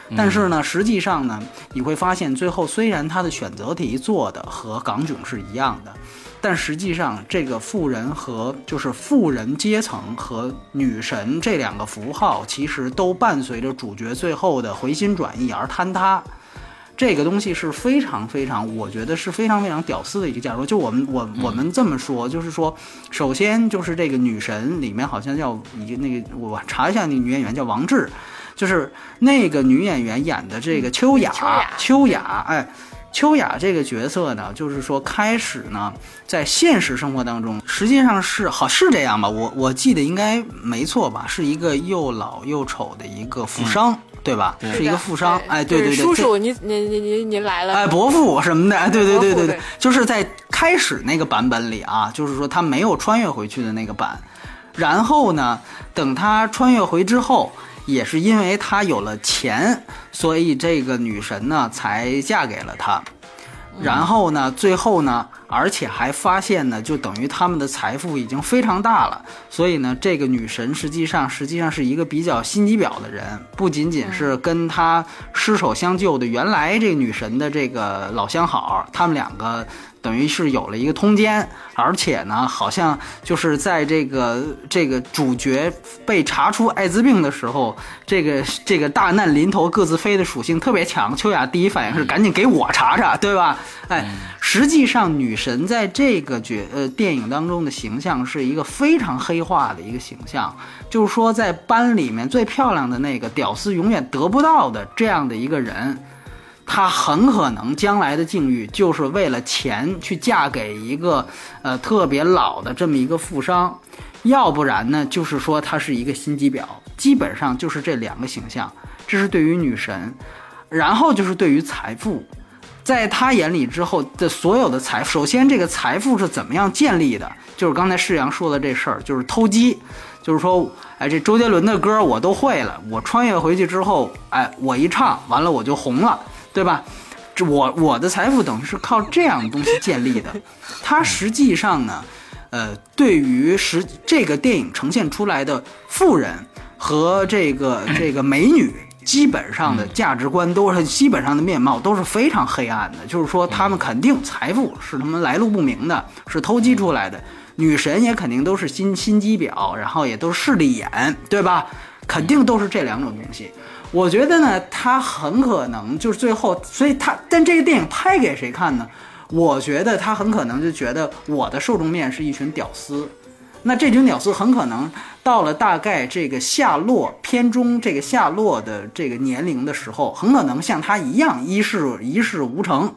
但是呢，实际上呢，你会发现最后虽然他的选择题做的和港囧是一样的，但实际上这个富人和就是富人阶层和女神这两个符号，其实都伴随着主角最后的回心转意而坍塌。这个东西是非常非常，我觉得是非常非常屌丝的一个架构。就我们这么说，就是说，首先就是这个女神里面好像叫那个，我查一下，那个女演员叫王志，就是那个女演员演的这个秋雅，哎。秋雅这个角色呢，就是说开始呢，在现实生活当中，实际上是这样吧？我记得应该没错吧？是一个又老又丑的一个富商，对吧？是一个富商，哎，对， 叔叔，您来了， 哎，伯父什么的，哎，对，就是在开始那个版本里啊，就是说他没有穿越回去的那个版，然后呢，等他穿越回之后。也是因为他有了钱，所以这个女神呢才嫁给了他。然后呢，最后呢，而且还发现呢，就等于他们的财富已经非常大了。所以呢，这个女神实际上是一个比较心机婊的人，不仅仅是跟她失手相救的原来这个女神的这个老相好，他们两个。等于是有了一个通奸，而且呢，好像就是在这个主角被查出艾滋病的时候，这个大难临头各自飞的属性特别强。秋雅第一反应是赶紧给我查查，对吧？哎，实际上女神在这个电影当中的形象是一个非常黑化的一个形象，就是说在班里面最漂亮的那个屌丝永远得不到的这样的一个人。她很可能将来的境遇就是为了钱去嫁给一个特别老的这么一个富商，要不然呢就是说她是一个心机婊，基本上就是这两个形象。这是对于女神，然后就是对于财富，在她眼里之后的所有的财富，首先这个财富是怎么样建立的，就是刚才世阳说的这事儿，就是偷鸡。就是说，哎，这周杰伦的歌我都会了，我穿越回去之后，哎，我一唱完了我就红了。对吧？这我的财富等于是靠这样的东西建立的。它实际上呢，对于这个电影呈现出来的富人和这个美女，基本上的价值观都是基本上的面貌都是非常黑暗的。就是说，他们肯定财富是他们来路不明的，是偷鸡出来的。女神也肯定都是心机婊，然后也都是势利眼，对吧？肯定都是这两种东西。我觉得呢，他很可能就是最后，所以但这个电影拍给谁看呢？我觉得他很可能就觉得我的受众面是一群屌丝，那这群屌丝很可能到了大概这个下落片中这个下落的这个年龄的时候，很可能像他一样一事无成。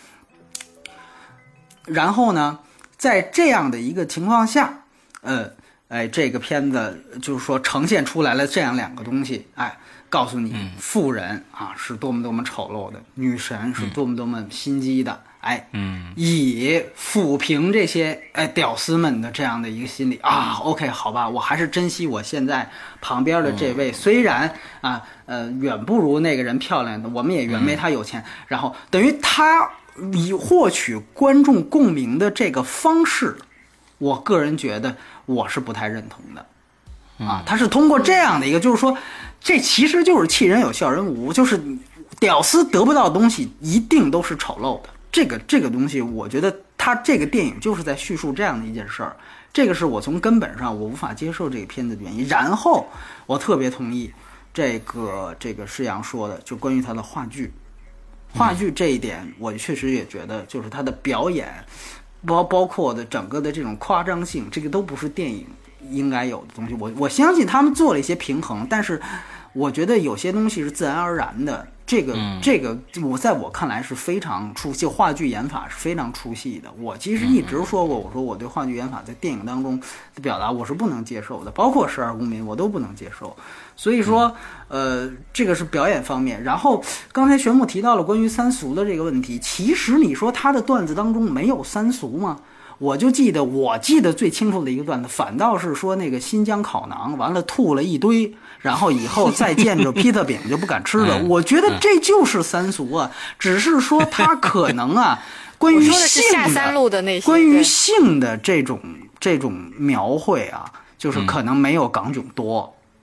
然后呢，在这样的一个情况下，这个片子就是说呈现出来了这样两个东西，哎。告诉你，富人啊是多么多么丑陋的，女神是多么多么心机的，哎，以抚平这些屌丝们的这样的一个心理啊。OK， 好吧，我还是珍惜我现在旁边的这位，虽然啊远不如那个人漂亮的，我们也原没他有钱，然后等于他以获取观众共鸣的这个方式，我个人觉得我是不太认同的。啊，他是通过这样的一个，就是说，这其实就是气人有笑人无，就是屌丝得不到的东西一定都是丑陋的。这个东西，我觉得他这个电影就是在叙述这样的一件事儿，这个是我从根本上我无法接受这个片子的原因。然后我特别同意这个施阳说的，就关于他的话剧这一点，我确实也觉得就是他的表演，包括的整个的这种夸张性，这个都不是电影应该有的东西。我相信他们做了一些平衡，但是我觉得有些东西是自然而然的。这个在我看来是非常出戏，话剧演法是非常出戏的。我其实一直说过，我说我对话剧演法在电影当中的表达我是不能接受的，包括《十二公民》我都不能接受。所以说，这个是表演方面。然后刚才玄牧提到了关于三俗的这个问题，其实你说他的段子当中没有三俗吗？我记得最清楚的一个段子，反倒是说那个新疆烤馕完了吐了一堆，然后以后再见着披萨饼就不敢吃了。我觉得这就是三俗啊，只是说他可能啊，关于性的这种描绘啊，就是可能没有港囧多。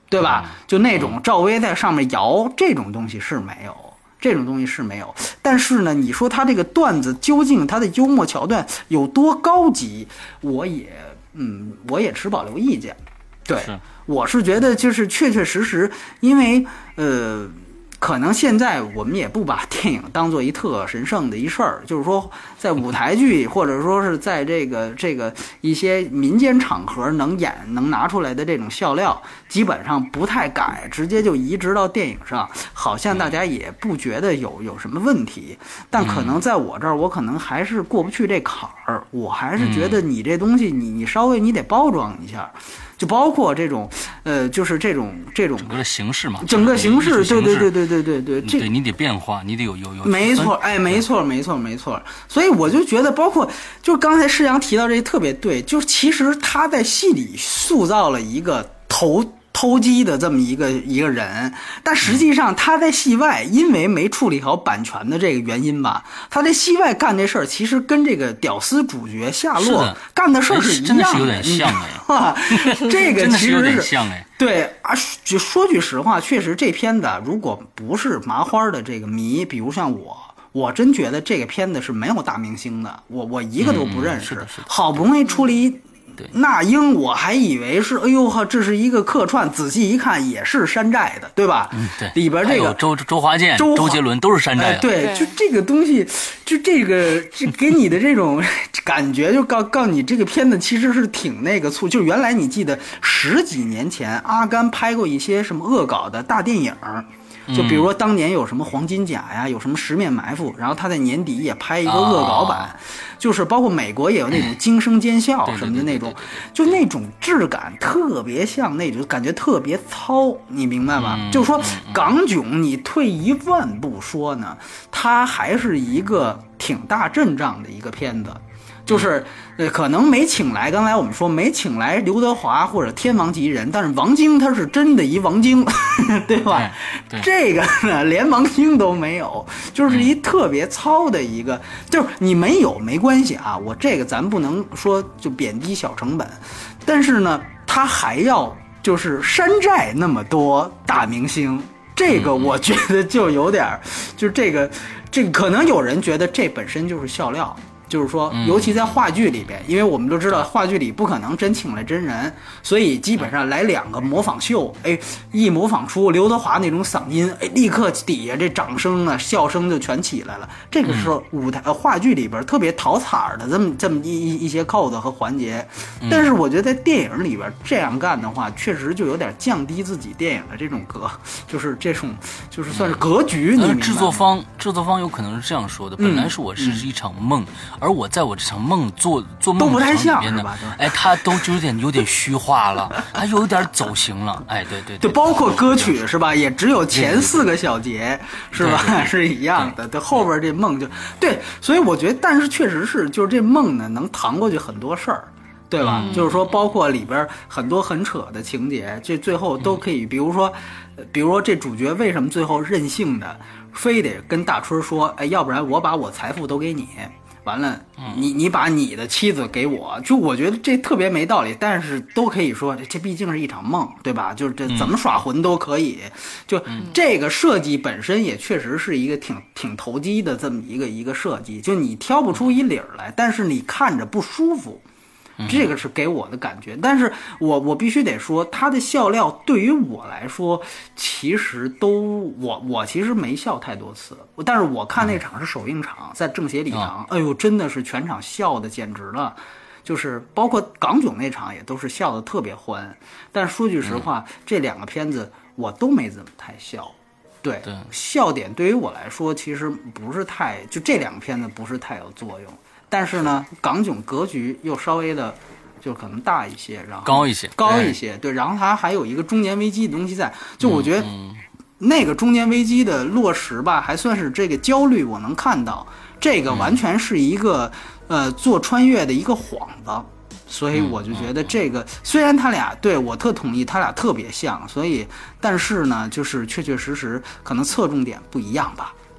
对吧？就那种赵薇在上面摇这种东西是没有。这种东西是没有，但是呢，你说他这个段子究竟他的幽默桥段有多高级，我也持保留意见。对，我是觉得就是确确实实，因为可能现在我们也不把电影当做一特神圣的一事儿，就是说在舞台剧或者说是在这个一些民间场合能拿出来的这种笑料，基本上不太改，直接就移植到电影上，好像大家也不觉得有什么问题。但可能在我这儿，我可能还是过不去这坎儿，我还是觉得你这东西你稍微你得包装一下。就包括这种，就是这种整个形式嘛， 整个形式，对， 对你得变化，你得有， 没错，哎，没错，所以我就觉得，包括就是刚才施洋提到这特别对，就是其实他在戏里塑造了一个投机的这么一个人，但实际上他在戏外，因为没处理好版权的这个原因吧，他在戏外干这事儿，其实跟这个屌丝主角夏洛干的事儿是一样的， 真的是有点像哎，这个其实有点像哎， 对啊，就说句实话，确实这片子如果不是麻花的这个迷，比如像我真觉得这个片子是没有大明星的，我一个都不认识，好不容易出了一。那英我还以为是，哎呦呵，这是一个客串，仔细一看也是山寨的，对吧？ 对， 里边这个周华健、周杰伦都是山寨的。 对，就这个东西，就这给你的这种感觉，就告诉你这个片子其实是挺那个就原来你记得10几年前阿甘拍过一些什么恶搞的大电影。就比如说当年有什么黄金甲呀，有什么十面埋伏，然后他在年底也拍一个恶搞版，就是包括美国也有那种惊声尖笑什么的那种，就那种质感特别像那种感觉特别糙，你明白吗？就是说港囧你退一万步说呢，它还是一个挺大阵仗的一个片子。就是可能没请来，刚才我们说没请来刘德华或者天王级人，但是王晶他是真的一王晶，对吧？ 对， 这个呢连王晶都没有，就是一特别糙的一个，就是你没有没关系啊，我这个咱不能说就贬低小成本，但是呢他还要就是山寨那么多大明星，这个我觉得就有点就是这个可能有人觉得这本身就是笑料。就是说，尤其在话剧里边，因为我们都知道话剧里不可能真请来真人，所以基本上来2个模仿秀，哎，一模仿出刘德华那种嗓音，哎，立刻底下这掌声啊、笑声就全起来了。这个时候话剧里边特别讨彩的这么一些扣子和环节，但是我觉得在电影里边这样干的话，确实就有点降低自己电影的这种就是这种就是算是格局。你明白吗？ 制作方有可能是这样说的，本来是我是一场梦。而我在我这场梦做梦都不太像里面呢，哎，他都有点虚化了，他有点走形了，哎，对， 就包括歌曲是吧，也只有前4个小节是吧，是一样的，对，后边这梦就对，所以我觉得，但是确实是，就是这梦呢能扛过去很多事儿。对吧？就是说，包括里边很多很扯的情节，这最后都可以，比如说这主角为什么最后任性的非得跟大春说，哎，要不然我把我财富都给你。完了，你把你的妻子给我，就我觉得这特别没道理，但是都可以说这毕竟是一场梦，对吧？就是这怎么耍混都可以，就这个设计本身也确实是一个挺投机的这么一个设计，就你挑不出一理儿来，但是你看着不舒服。这个是给我的感觉，但是我必须得说，他的笑料对于我来说，其实我其实没笑太多次，但是我看那场是首映场，在政协礼堂，哎呦，真的是全场笑的简直了，就是包括港囧那场也都是笑的特别欢，但是说句实话，这2个片子我都没怎么太笑。对，笑点对于我来说其实不是太，就这2个片子不是太有作用。但是呢，港囧格局又稍微的，就可能大一些，然后高一些，对，然后它还有一个中年危机的东西在，就我觉得那个中年危机的落实吧，还算是这个焦虑我能看到，这个完全是一个做穿越的一个幌子。所以我就觉得这个虽然他俩对我特同意，他俩特别像，所以但是呢，就是确确实实可能侧重点不一样吧。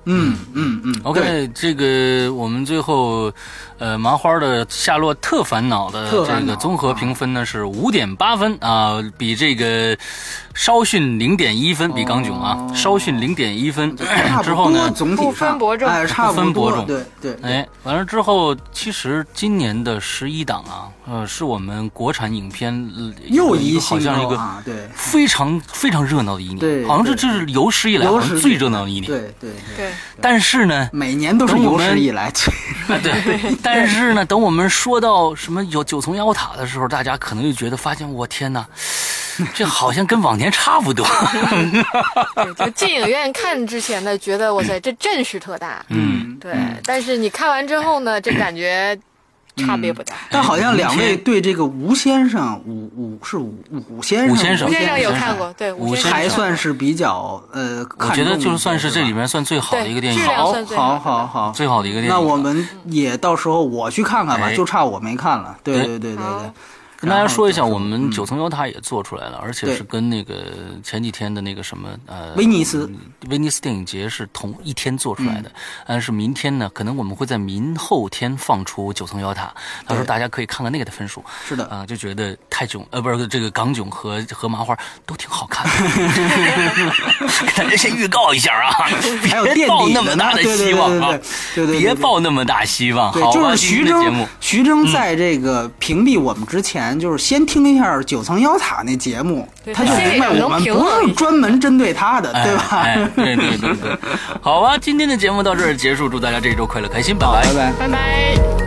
OK， 这个我们最后，麻花的《夏洛特烦恼》的这个综合评分呢是5.8分啊，比这个稍逊0.1分，比港囧啊稍逊0.1分。之后呢， 总体上不分伯仲， 差不多，对。 哎，完了之后，其实今年的11档啊，是我们国产影片又好像一个对非常非常热闹的一年， 对， 好像这是有史以来好像最热闹的一年， 对。 但是呢， 每年都是有史以来最对。但是呢，等我们说到什么有9层妖塔的时候，大家可能就觉得发现，我天哪！这好像跟往年差不多。 对，就进影院看之前呢，觉得哇塞，这阵势特大，对。但是你看完之后呢，这感觉差别不大。 但好像两位对这个吴先生，吴先生有看过，对， 吴先生还算是比较我觉得就算是这里面算最好的一个电影， 好， 最好的一个电影。 那我们也到时候我去看看吧，就差我没看了。对。 跟大家说一下，我们9层妖塔也做出来了，而且是跟那个前几天的那个什么威尼斯电影节是同一天做出来的。但是明天呢，可能我们会在明后天放出9层妖塔，到时候大家可以看看那个的分数。 是的就觉得泰囧不是这个港囧和麻花都挺好看的。大家先预告一下啊，别抱那么大的希望啊，别抱那么大希望。好吧， 就是徐峥在这个屏蔽我们之前。就是先听一下9层妖塔那节目，他就明白我们不是专门针对他的，对吧？ 对。好吧，今天的节目到这儿结束，祝大家这一周快乐开心，拜拜。